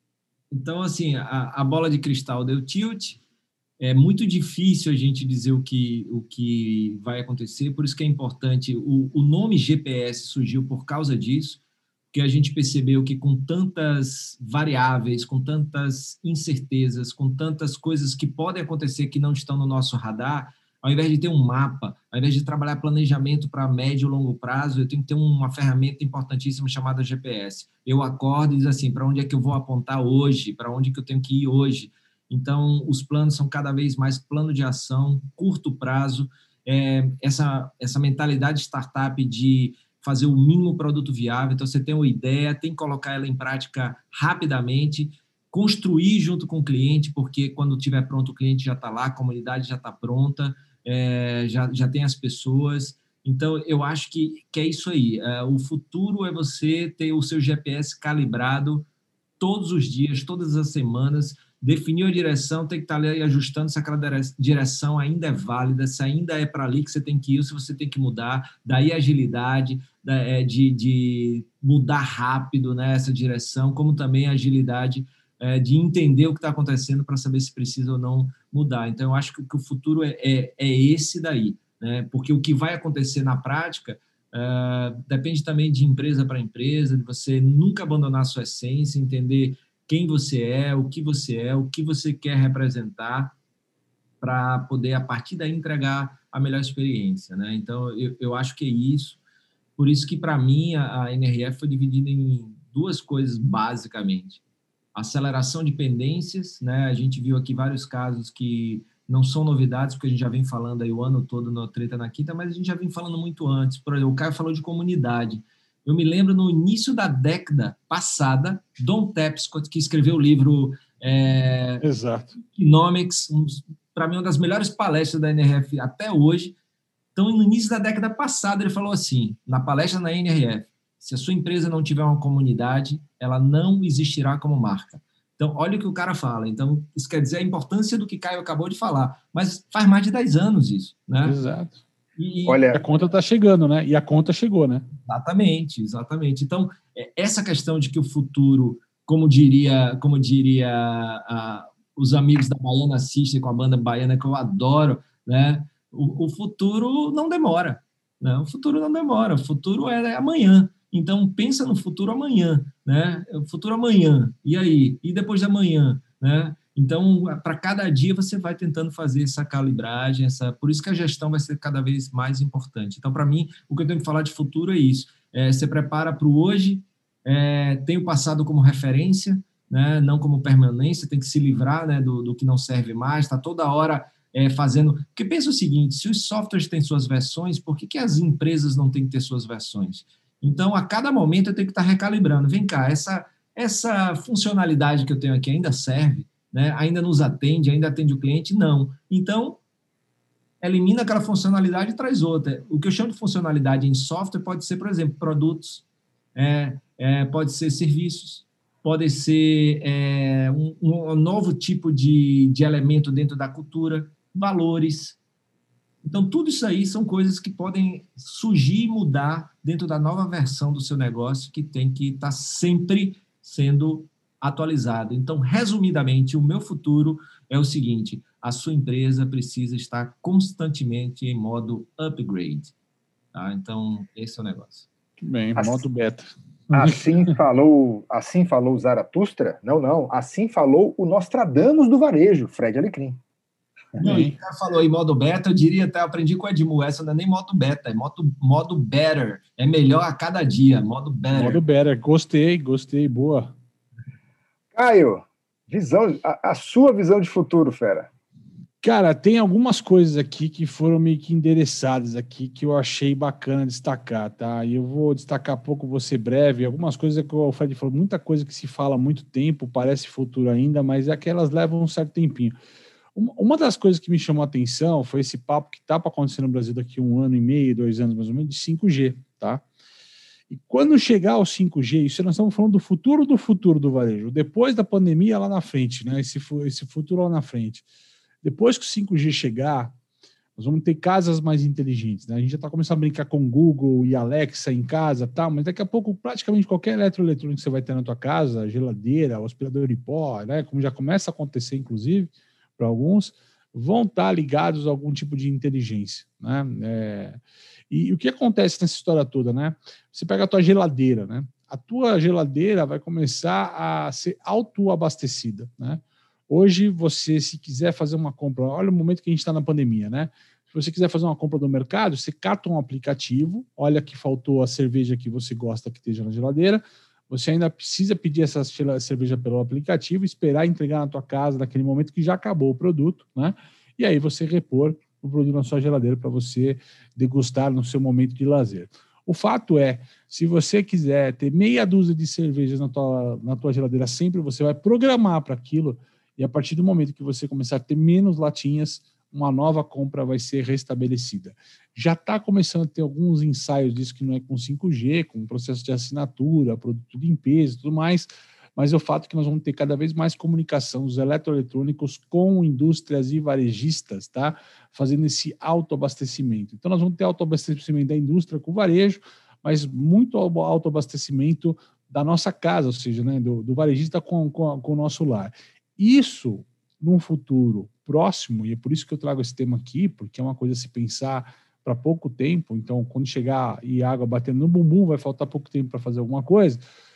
Então, assim, a, a bola de cristal deu tilt. É muito difícil a gente dizer o que, o que vai acontecer, por isso que é importante. O, o nome G P S surgiu por causa disso, porque a gente percebeu que com tantas variáveis, com tantas incertezas, com tantas coisas que podem acontecer que não estão no nosso radar, ao invés de ter um mapa, ao invés de trabalhar planejamento para médio e longo prazo, eu tenho que ter uma ferramenta importantíssima chamada G P S. Eu acordo e diz assim, para onde é que eu vou apontar hoje? Para onde que eu tenho que ir hoje? Então, os planos são cada vez mais plano de ação, curto prazo, é, essa, essa mentalidade startup de fazer o mínimo produto viável. Então, você tem uma ideia, tem que colocar ela em prática rapidamente, construir junto com o cliente, porque quando estiver pronto, o cliente já está lá, a comunidade já está pronta, é, já, já tem as pessoas. Então, eu acho que, que é isso aí. É, o futuro é você ter o seu G P S calibrado todos os dias, todas as semanas, definiu a direção, tem que estar ali ajustando se aquela direção ainda é válida, se ainda é para ali que você tem que ir, ou se você tem que mudar. Daí a agilidade de, de mudar rápido, né, essa direção, como também a agilidade de entender o que está acontecendo para saber se precisa ou não mudar. Então, eu acho que o futuro é, é, é esse daí, né? Porque o que vai acontecer na prática uh, depende também de empresa para empresa, de você nunca abandonar a sua essência, entender quem você é, o que você é, o que você quer representar, para poder, a partir daí, entregar a melhor experiência, né? Então, eu, eu acho que é isso. Por isso que, para mim, a, a N R F foi dividida em duas coisas, basicamente. Aceleração de pendências, né? A gente viu aqui vários casos que não são novidades, porque a gente já vem falando aí o ano todo no Treta na Quinta, mas a gente já vem falando muito antes. Por exemplo, o Caio falou de comunidade. Eu me lembro, no início da década passada, Don Tapscott, que escreveu o livro é, Exato. Economics, um, para mim, uma das melhores palestras da N R F até hoje. Então, no início da década passada, ele falou assim, na palestra na N R F, se a sua empresa não tiver uma comunidade, ela não existirá como marca. Então, olha o que o cara fala. Então, isso quer dizer a importância do que Caio acabou de falar. Mas faz mais de dez anos isso, né? Exato. E, olha, a conta está chegando, né? E a conta chegou, né? Exatamente, exatamente. Então, essa questão de que o futuro, como diria, como diria a, os amigos da Baiana System, com a banda baiana que eu adoro, né? O, o futuro não demora, né? O futuro não demora, o futuro é amanhã. Então, pensa no futuro amanhã, né? O futuro amanhã, e aí? E depois de amanhã, né? Então, para cada dia, você vai tentando fazer essa calibragem, essa, por isso que a gestão vai ser cada vez mais importante. Então, para mim, o que eu tenho que falar de futuro é isso. É, você prepara para o hoje, é, tem o passado como referência, né, não como permanência, tem que se livrar, né, do, do que não serve mais, está toda hora é, fazendo... Porque pensa o seguinte, se os softwares têm suas versões, por que, que as empresas não têm que ter suas versões? Então, a cada momento, eu tenho que estar recalibrando. Vem cá, essa, essa funcionalidade que eu tenho aqui ainda serve? Né? Ainda nos atende, ainda atende o cliente? Não. Então, elimina aquela funcionalidade e traz outra. O que eu chamo de funcionalidade em software pode ser, por exemplo, produtos, é, é, pode ser serviços, pode ser é, um, um novo tipo de, de elemento dentro da cultura, valores. Então, tudo isso aí são coisas que podem surgir e mudar dentro da nova versão do seu negócio, que tem que estar sempre sendo atualizado. Então, resumidamente, o meu futuro é o seguinte: a sua empresa precisa estar constantemente em modo upgrade. Tá? Então, esse é o negócio. Bem, assim, modo beta. Assim falou, assim falou Zaratustra? Não, não. Assim falou o Nostradamus do varejo, Fred Alecrim. Não, e o cara falou aí modo beta, eu diria até, eu aprendi com o Edmu, essa não é nem modo beta, é modo, modo better. É melhor a cada dia, modo better. Modo better. Gostei, gostei, boa. Caio, visão, a, a sua visão de futuro, fera. Cara, tem algumas coisas aqui que foram meio que endereçadas aqui que eu achei bacana destacar, tá? E eu vou destacar pouco, vou ser breve. Algumas coisas que o Fred falou, muita coisa que se fala há muito tempo, parece futuro ainda, mas é que elas levam um certo tempinho. Uma das coisas que me chamou a atenção foi esse papo que está para acontecer no Brasil daqui a um ano e meio, dois anos mais ou menos, de cinco G, tá? E quando chegar ao cinco G, isso nós estamos falando do futuro do futuro do varejo, depois da pandemia lá na frente, né? Esse, esse futuro lá na frente. Depois que o cinco G chegar, nós vamos ter casas mais inteligentes, né? A gente já está começando a brincar com Google e Alexa em casa, tá? Mas daqui a pouco praticamente qualquer eletroeletrônico que você vai ter na tua casa, geladeira, aspirador de pó, né? Como já começa a acontecer, inclusive, para alguns, vão estar ligados a algum tipo de inteligência, né? É... E o que acontece nessa história toda, né? Você pega a tua geladeira, né? A tua geladeira vai começar a ser autoabastecida, né? Hoje, você, se quiser fazer uma compra, olha o momento que a gente está na pandemia, né? Se você quiser fazer uma compra no mercado, você cata um aplicativo, olha que faltou a cerveja que você gosta que esteja na geladeira, você ainda precisa pedir essa cerveja pelo aplicativo, esperar entregar na tua casa naquele momento que já acabou o produto, né? E aí você repor o produto na sua geladeira para você degustar no seu momento de lazer. O fato é, se você quiser ter meia dúzia de cervejas na tua, na tua geladeira sempre, você vai programar para aquilo, e a partir do momento que você começar a ter menos latinhas, uma nova compra vai ser restabelecida. Já está começando a ter alguns ensaios disso que não é com cinco G, com processo de assinatura, produto de limpeza e tudo mais, mas é o fato que nós vamos ter cada vez mais comunicação dos eletroeletrônicos com indústrias e varejistas, tá? Fazendo esse autoabastecimento. Então, nós vamos ter autoabastecimento da indústria com o varejo, mas muito autoabastecimento da nossa casa, ou seja, né, do, do varejista com, com, com o nosso lar. Isso, num futuro próximo, e é por isso que eu trago esse tema aqui, porque é uma coisa a se pensar para pouco tempo, então, quando chegar e água batendo no bumbum, vai faltar pouco tempo para fazer alguma coisa,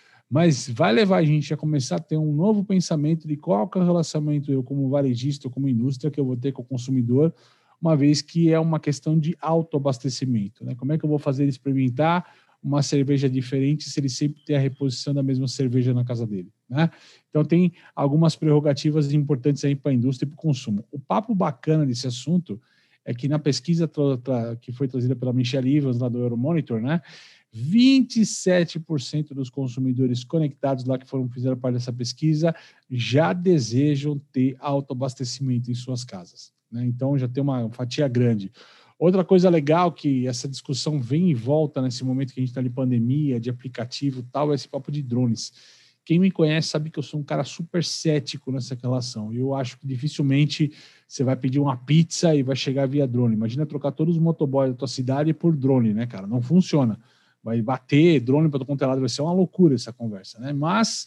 mas vai levar a gente a começar a ter um novo pensamento de qual que é o relacionamento eu como varejista, como indústria, que eu vou ter com o consumidor, uma vez que é uma questão de autoabastecimento, né? Como é que eu vou fazer ele experimentar uma cerveja diferente se ele sempre tem a reposição da mesma cerveja na casa dele, né? Então tem algumas prerrogativas importantes aí para a indústria e para o consumo. O papo bacana desse assunto é que na pesquisa tra- tra- que foi trazida pela Michelle Evans lá do Euromonitor, né? vinte e sete por cento dos consumidores conectados lá que foram fizeram parte dessa pesquisa já desejam ter autoabastecimento em suas casas, né? Então já tem uma fatia grande. Outra coisa legal que essa discussão vem e volta nesse momento que a gente está de pandemia, de aplicativo e tal, é esse papo de drones. Quem me conhece sabe que eu sou um cara super cético nessa relação. E eu acho que dificilmente você vai pedir uma pizza e vai chegar via drone. Imagina trocar todos os motoboys da tua cidade por drone, né, cara? Não funciona. Vai bater drone para todo quanto é lado, vai ser uma loucura essa conversa, né? Mas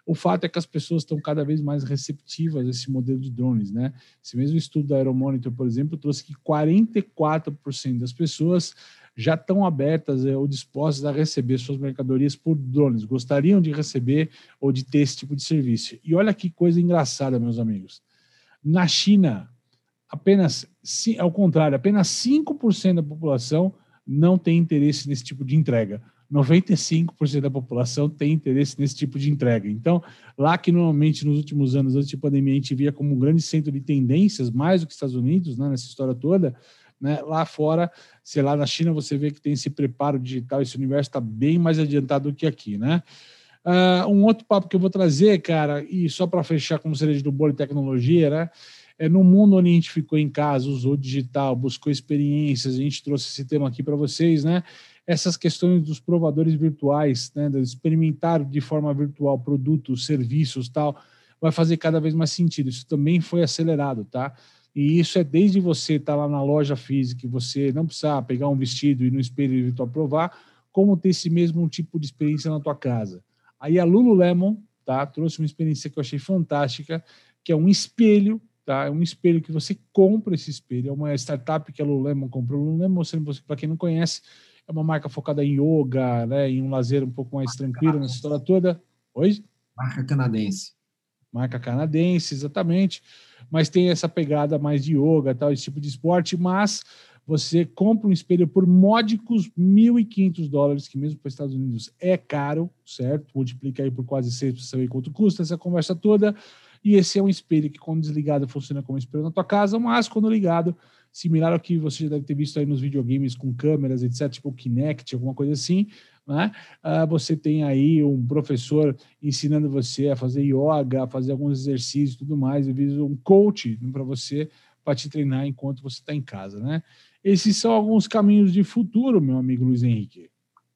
o fato é que as pessoas estão cada vez mais receptivas a esse modelo de drones, né? Esse mesmo estudo da Aeromonitor, por exemplo, trouxe que quarenta e quatro por cento das pessoas já estão abertas é, ou dispostas a receber suas mercadorias por drones, gostariam de receber ou de ter esse tipo de serviço. E olha que coisa engraçada, meus amigos. Na China, apenas, ao contrário, apenas cinco por cento da população não tem interesse nesse tipo de entrega. noventa e cinco por cento da população tem interesse nesse tipo de entrega. Então, lá que normalmente nos últimos anos, antes de pandemia, a gente via como um grande centro de tendências, mais do que os Estados Unidos, né, nessa história toda, né, lá fora, sei lá, na China você vê que tem esse preparo digital, esse universo está bem mais adiantado do que aqui, né? Uh, um outro papo que eu vou trazer, cara, e só para fechar como cereja do bolo e tecnologia, né? É no mundo onde a gente ficou em casa, usou digital, buscou experiências, a gente trouxe esse tema aqui para vocês, né? Essas questões dos provadores virtuais, né? De experimentar de forma virtual produtos, serviços, tal, vai fazer cada vez mais sentido. Isso também foi acelerado, tá? E isso é desde você estar lá na loja física, você não precisar pegar um vestido e ir no espelho virtual provar, como ter esse mesmo tipo de experiência na tua casa. Aí a Lululemon, tá, trouxe uma experiência que eu achei fantástica, que é um espelho, tá? É um espelho que você compra esse espelho, é uma startup que a Lululemon comprou. Lululemon, para quem não conhece, é uma marca focada em yoga, né, em um lazer um pouco mais tranquilo nessa história toda. Oi? Marca canadense. Marca canadense, exatamente. Mas tem essa pegada mais de yoga, tal, esse tipo de esporte, mas você compra um espelho por módicos mil e quinhentos dólares, que mesmo para os Estados Unidos é caro, certo? Multiplica aí por quase seis para saber quanto custa essa conversa toda. E esse é um espelho que, quando desligado, funciona como espelho na tua casa, mas quando ligado, similar ao que você já deve ter visto aí nos videogames com câmeras, etcétera, tipo o Kinect, alguma coisa assim, né? Uh, você tem aí um professor ensinando você a fazer yoga, a fazer alguns exercícios e tudo mais, e um coach para você, para te treinar enquanto você está em casa, né? Esses são alguns caminhos de futuro, meu amigo Luiz Henrique.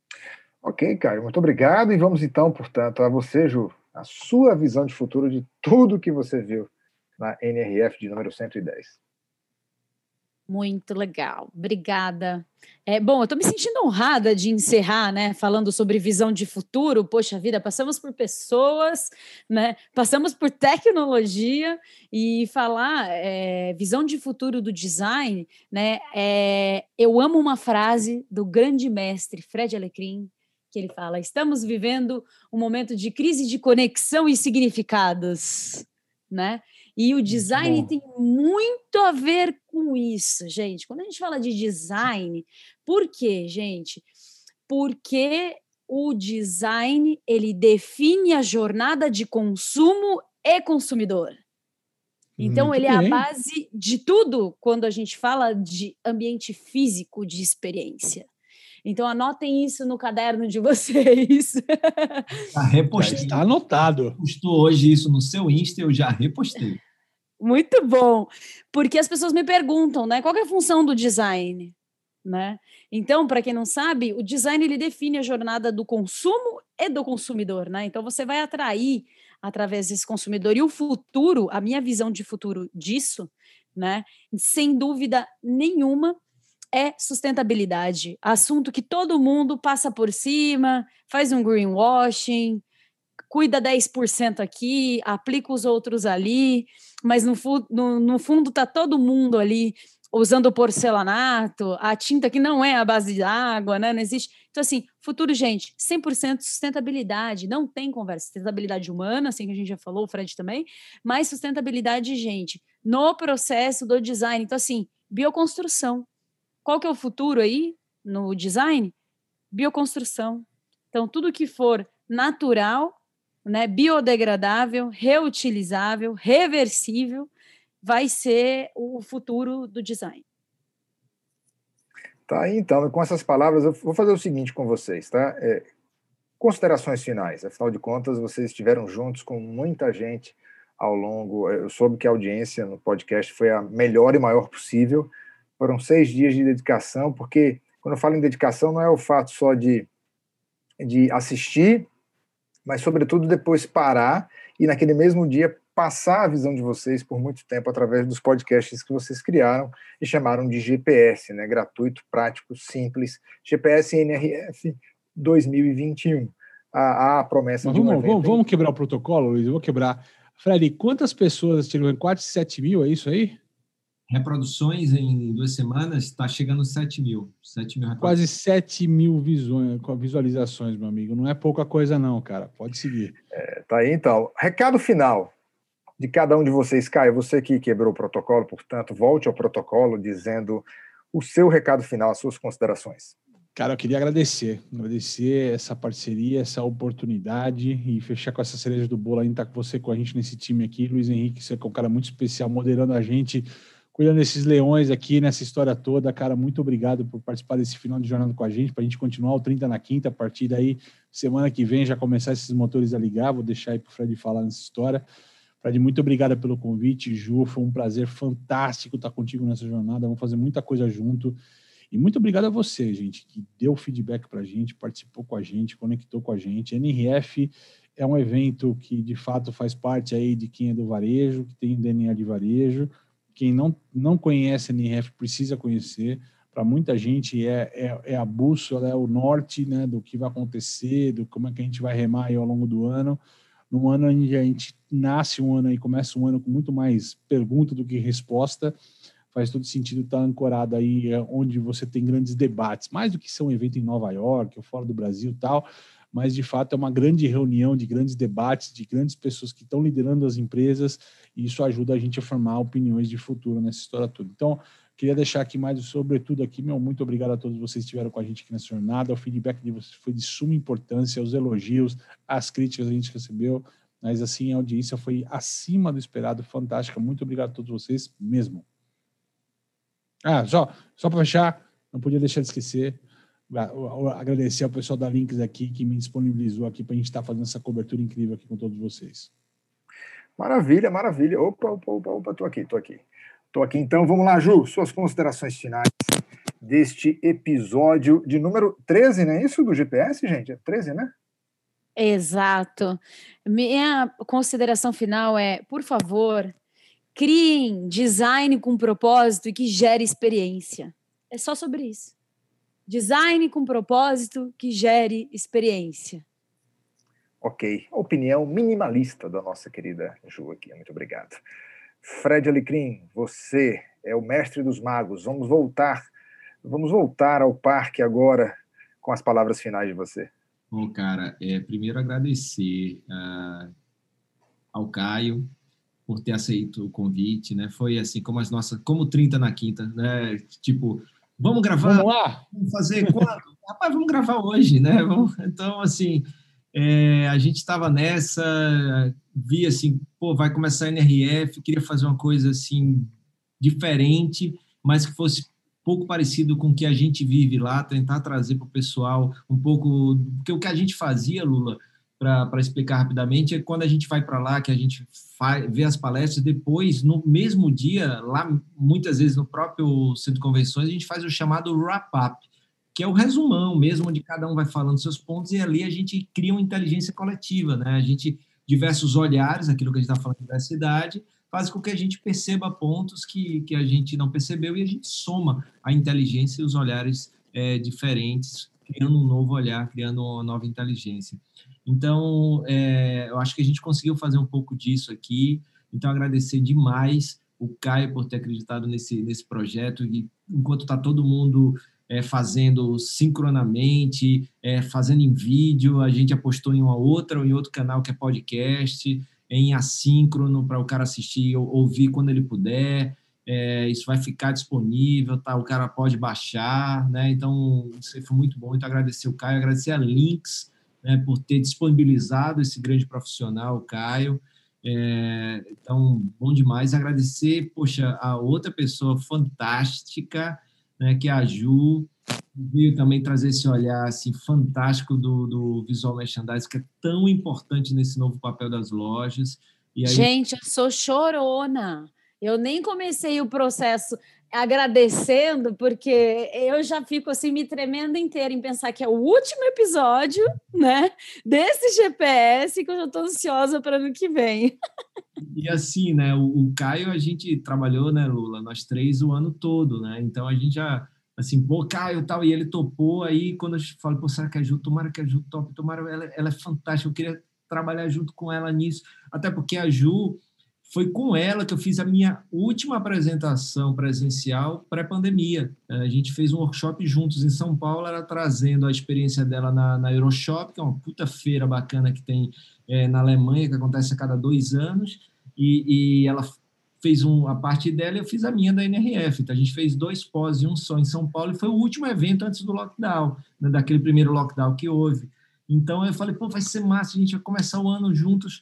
Ok, Caio, muito obrigado. E vamos então, portanto, a você, Ju, a sua visão de futuro de tudo que você viu na N R F de número cento e dez. Muito legal, obrigada. É, bom, eu estou me sentindo honrada de encerrar, né, falando sobre visão de futuro. Poxa vida, passamos por pessoas, né, passamos por tecnologia e falar é, visão de futuro do design, né, é, eu amo uma frase do grande mestre Fred Alecrim, que ele fala: estamos vivendo um momento de crise de conexão e significados, né? E o design tem muito a ver com isso, gente. Quando a gente fala de design, por quê, gente? Porque o design, ele define a jornada de consumo e consumidor. Então, muito ele bem. É a base de tudo quando a gente fala de ambiente físico de experiência. Então, anotem isso no caderno de vocês. Já repostei. Está anotado. Postou hoje isso no seu Insta, eu já repostei. Muito bom, porque as pessoas me perguntam, né, qual é a função do design, né? Então, para quem não sabe, o design ele define a jornada do consumo e do consumidor, né? Então, você vai atrair através desse consumidor, e o futuro, a minha visão de futuro disso, né, sem dúvida nenhuma, é sustentabilidade, assunto que todo mundo passa por cima, faz um greenwashing, cuida dez por cento aqui, aplica os outros ali, mas no, fu- no, no fundo está todo mundo ali usando porcelanato, a tinta que não é a base de água, né? Não existe. Então, assim, futuro, gente, cem por cento sustentabilidade, não tem conversa. Sustentabilidade humana, assim que a gente já falou, o Fred também, mas sustentabilidade, gente, no processo do design. Então, assim, bioconstrução. Qual que é o futuro aí no design? Bioconstrução. Então, tudo que for natural, né, biodegradável, reutilizável, reversível, vai ser o futuro do design. Tá aí, então, com essas palavras, eu vou fazer o seguinte com vocês, tá? É, considerações finais, afinal de contas, vocês estiveram juntos com muita gente ao longo, eu soube que a audiência no podcast foi a melhor e maior possível, foram seis dias de dedicação, porque quando eu falo em dedicação, não é o fato só de, de assistir, mas, sobretudo, depois parar e, naquele mesmo dia, passar a visão de vocês por muito tempo através dos podcasts que vocês criaram e chamaram de G P S, né? Gratuito, prático, simples, G P S N R F dois mil e vinte e um. a, a promessa Mas de um vamos, evento. vamos, vamos quebrar o protocolo, Luiz? Eu vou quebrar. Fred, quantas pessoas assistiram? Quase sete mil, é isso aí? Reproduções em duas semanas, está chegando sete mil. sete mil Quase sete mil visões, visualizações, meu amigo. Não é pouca coisa não, cara. Pode seguir. É, tá aí, então. Recado final de cada um de vocês. Caio, você que quebrou o protocolo, portanto, volte ao protocolo dizendo o seu recado final, as suas considerações. Cara, eu queria agradecer. Agradecer essa parceria, essa oportunidade e fechar com essa cereja do bolo. A gente tá com você, com a gente nesse time aqui. Luiz Henrique, você é um cara muito especial, moderando a gente, cuidando desses leões aqui nessa história toda. Cara, muito obrigado por participar desse final de jornada com a gente, para a gente continuar o trinta na quinta. A partir daí, semana que vem, já começar esses motores a ligar. Vou deixar aí para o Fred falar nessa história. Fred, muito obrigado pelo convite. Ju, foi um prazer fantástico estar contigo nessa jornada. Vamos fazer muita coisa junto. E muito obrigado a você, gente, que deu feedback para a gente, participou com a gente, conectou com a gente. N R F é um evento que, de fato, faz parte aí de quem é do varejo, que tem D N A de varejo. Quem não, não conhece a N R F precisa conhecer. Para muita gente é, é, é a bússola, é o norte, né, do que vai acontecer, do como é que a gente vai remar aí ao longo do ano. Num ano onde a gente nasce um ano e começa um ano com muito mais pergunta do que resposta, faz todo sentido estar ancorado aí onde você tem grandes debates, mais do que ser um evento em Nova York ou fora do Brasil e tal, mas de fato é uma grande reunião de grandes debates, de grandes pessoas que estão liderando as empresas, e isso ajuda a gente a formar opiniões de futuro nessa história toda. Então, queria deixar aqui mais, sobretudo aqui, meu muito obrigado a todos vocês que estiveram com a gente aqui nessa jornada, o feedback de vocês foi de suma importância, os elogios, as críticas a gente recebeu, mas assim, a audiência foi acima do esperado, fantástica, muito obrigado a todos vocês mesmo. Ah, só, só para fechar, não podia deixar de esquecer, agradecer ao pessoal da Links aqui que me disponibilizou aqui para a gente estar fazendo essa cobertura incrível aqui com todos vocês. Maravilha, maravilha. Opa, opa, opa, opa, tô aqui, tô aqui. Tô aqui, então, vamos lá, Ju, suas considerações finais deste episódio de número treze, não é isso, do G P S, gente? É treze, né? Exato. Minha consideração final é, por favor, criem design com propósito e que gere experiência. É só sobre isso. Design com propósito que gere experiência. Ok. Opinião minimalista da nossa querida Ju aqui. Muito obrigado. Fred Alecrim, você é o mestre dos magos. Vamos voltar, vamos voltar ao parque agora com as palavras finais de você. Bom, cara, é, primeiro agradecer uh, ao Caio por ter aceito o convite, né? Foi assim como as nossas, como trinta na quinta, né? Tipo, vamos gravar, vamos lá, vamos fazer quando? Rapaz, vamos gravar hoje, né? Vamos, então, assim, é, a gente estava nessa, via assim, pô, vai começar a N R F, queria fazer uma coisa assim diferente, mas que fosse pouco parecido com o que a gente vive lá, tentar trazer para o pessoal um pouco, porque o que a gente fazia, Lula, para explicar rapidamente, é quando a gente vai para lá, que a gente faz, vê as palestras, depois, no mesmo dia, lá, muitas vezes no próprio Centro de Convenções, a gente faz o chamado wrap-up, que é o resumão mesmo, onde cada um vai falando seus pontos, e ali a gente cria uma inteligência coletiva, né? A gente, diversos olhares, aquilo que a gente está falando da cidade, faz com que a gente perceba pontos que, que a gente não percebeu, e a gente soma a inteligência e os olhares é, diferentes, criando um novo olhar, criando uma nova inteligência. Então, é, eu acho que a gente conseguiu fazer um pouco disso aqui. Então, agradecer demais o Caio por ter acreditado nesse, nesse projeto. E enquanto está todo mundo é, fazendo sincronamente, é, fazendo em vídeo, a gente apostou em uma outra, em outro canal que é podcast, em assíncrono para o cara assistir ou ouvir quando ele puder. É, isso vai ficar disponível, tá? O cara pode baixar, né? Então, isso foi muito bom. Então, agradecer o Caio, agradecer a Links, né, por ter disponibilizado esse grande profissional, o Caio. É, então, bom demais. Agradecer, poxa, a outra pessoa fantástica, né, que é a Ju, veio também trazer esse olhar assim, fantástico do, do visual merchandising, que é tão importante nesse novo papel das lojas. E aí... Gente, eu sou chorona. Eu nem comecei o processo agradecendo, porque eu já fico assim me tremendo inteira em pensar que é o último episódio, né, desse G P S, que eu já estou ansiosa para ano que vem. E assim, né, o, o Caio a gente trabalhou, né, Lula, nós três o ano todo, né, então a gente já assim, pô, Caio e tal, e ele topou. Aí quando eu falo, pô, será que a Ju, tomara que a Ju top, tomara, ela, ela é fantástica, eu queria trabalhar junto com ela nisso, até porque a Ju, foi com ela que eu fiz a minha última apresentação presencial pré-pandemia. A gente fez um workshop juntos em São Paulo, ela trazendo a experiência dela na, na Euroshop, que é uma puta feira bacana que tem é, na Alemanha, que acontece a cada dois anos, e, e ela fez um, a parte dela e eu fiz a minha da N R F. Então, a gente fez dois pós e um só em São Paulo, e foi o último evento antes do lockdown, né, daquele primeiro lockdown que houve. Então, eu falei, pô, vai ser massa, a gente vai começar o ano juntos.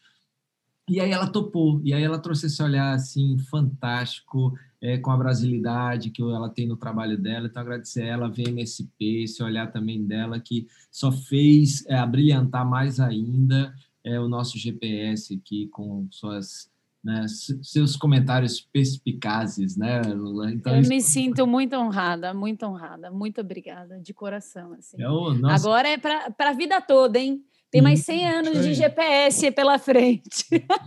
E aí ela topou, e aí ela trouxe esse olhar assim, fantástico, é, com a brasilidade que ela tem no trabalho dela. Então, agradecer a ela, a V M S P, esse olhar também dela, que só fez é, abrilhantar mais ainda é, o nosso G P S aqui, com suas, né, seus comentários perspicazes, né, Lula? Então, eu isso... me sinto muito honrada, muito honrada, muito obrigada, de coração. Assim. É o nosso... Agora é para a vida toda, hein? Tem mais cem anos de G P S pela frente.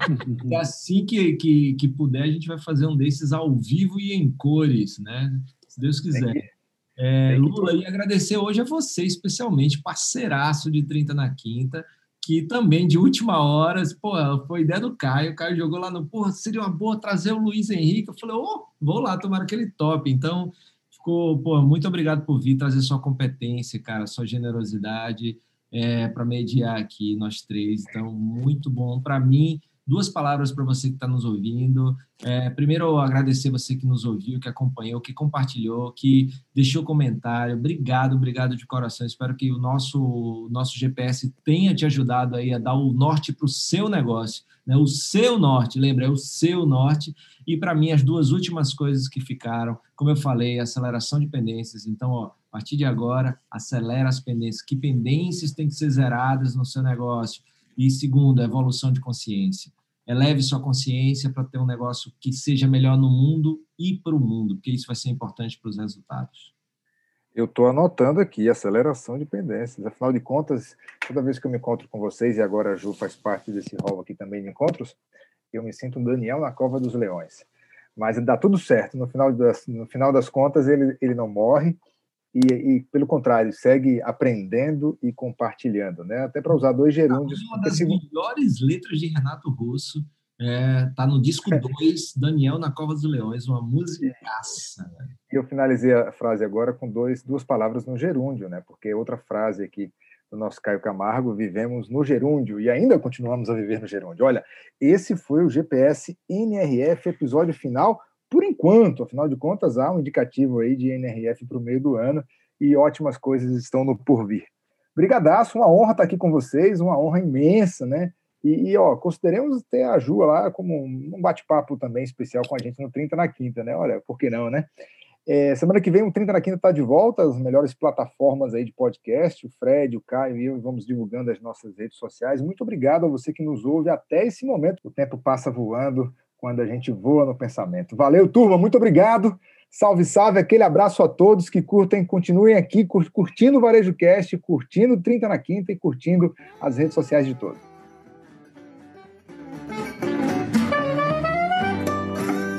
E assim que, que, que puder, a gente vai fazer um desses ao vivo e em cores, né? Se Deus quiser. Que, é, Lula, e agradecer hoje a você, especialmente, parceiraço de trinta na Quinta, que também, de última hora, pô, foi ideia do Caio, o Caio jogou lá no, pô, seria uma boa trazer o Luiz Henrique. Eu falei, ô, oh, vou lá, tomara que ele top. Então, ficou, pô, muito obrigado por vir, trazer sua competência, cara, sua generosidade, É, para mediar aqui nós três. Então, muito bom. Para mim, duas palavras para você que está nos ouvindo. É, primeiro, agradecer você que nos ouviu, que acompanhou, que compartilhou, que deixou comentário. Obrigado, obrigado de coração. Espero que o nosso, nosso G P S tenha te ajudado aí a dar o norte para o seu negócio, né? O seu norte, lembra, é o seu norte. E, para mim, as duas últimas coisas que ficaram, como eu falei, aceleração de pendências. Então, ó, a partir de agora, acelera as pendências. Que pendências têm que ser zeradas no seu negócio? E, segundo, evolução de consciência. Eleve sua consciência para ter um negócio que seja melhor no mundo e para o mundo, porque isso vai ser importante para os resultados. Eu estou anotando aqui, aceleração de pendências. Afinal de contas, toda vez que eu me encontro com vocês, e agora a Ju faz parte desse rol aqui também de encontros, eu me sinto um Daniel na cova dos leões. Mas dá tudo certo. No final das, no final das contas, ele, ele não morre. E, e, pelo contrário, segue aprendendo e compartilhando, né? Até para usar dois gerúndios. Uma das se... melhores letras de Renato Russo, é, tá no disco dois, Daniel na Cova dos Leões, uma musicaça. Né? E eu finalizei a frase agora com dois, duas palavras no gerúndio, né? Porque outra frase aqui do nosso Caio Camargo, vivemos no gerúndio e ainda continuamos a viver no gerúndio. Olha, esse foi o G P S N R F, episódio final, por enquanto, afinal de contas, há um indicativo aí de N R F para o meio do ano e ótimas coisas estão no porvir. Brigadaço, uma honra estar aqui com vocês, uma honra imensa, né? E, e ó, consideremos ter a Ju lá como um bate-papo também especial com a gente no trinta na Quinta, né? Olha, por que não, né? É, semana que vem o trinta na Quinta está de volta, as melhores plataformas aí de podcast, o Fred, o Caio e eu vamos divulgando as nossas redes sociais. Muito obrigado a você que nos ouve até esse momento. O tempo passa voando quando a gente voa no pensamento. Valeu, turma, muito obrigado. Salve, salve, aquele abraço a todos que curtem, continuem aqui curtindo o Varejo Cast, curtindo o trinta na Quinta e curtindo as redes sociais de todos.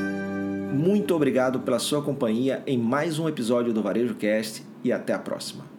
Muito obrigado pela sua companhia em mais um episódio do Varejo Cast e até a próxima.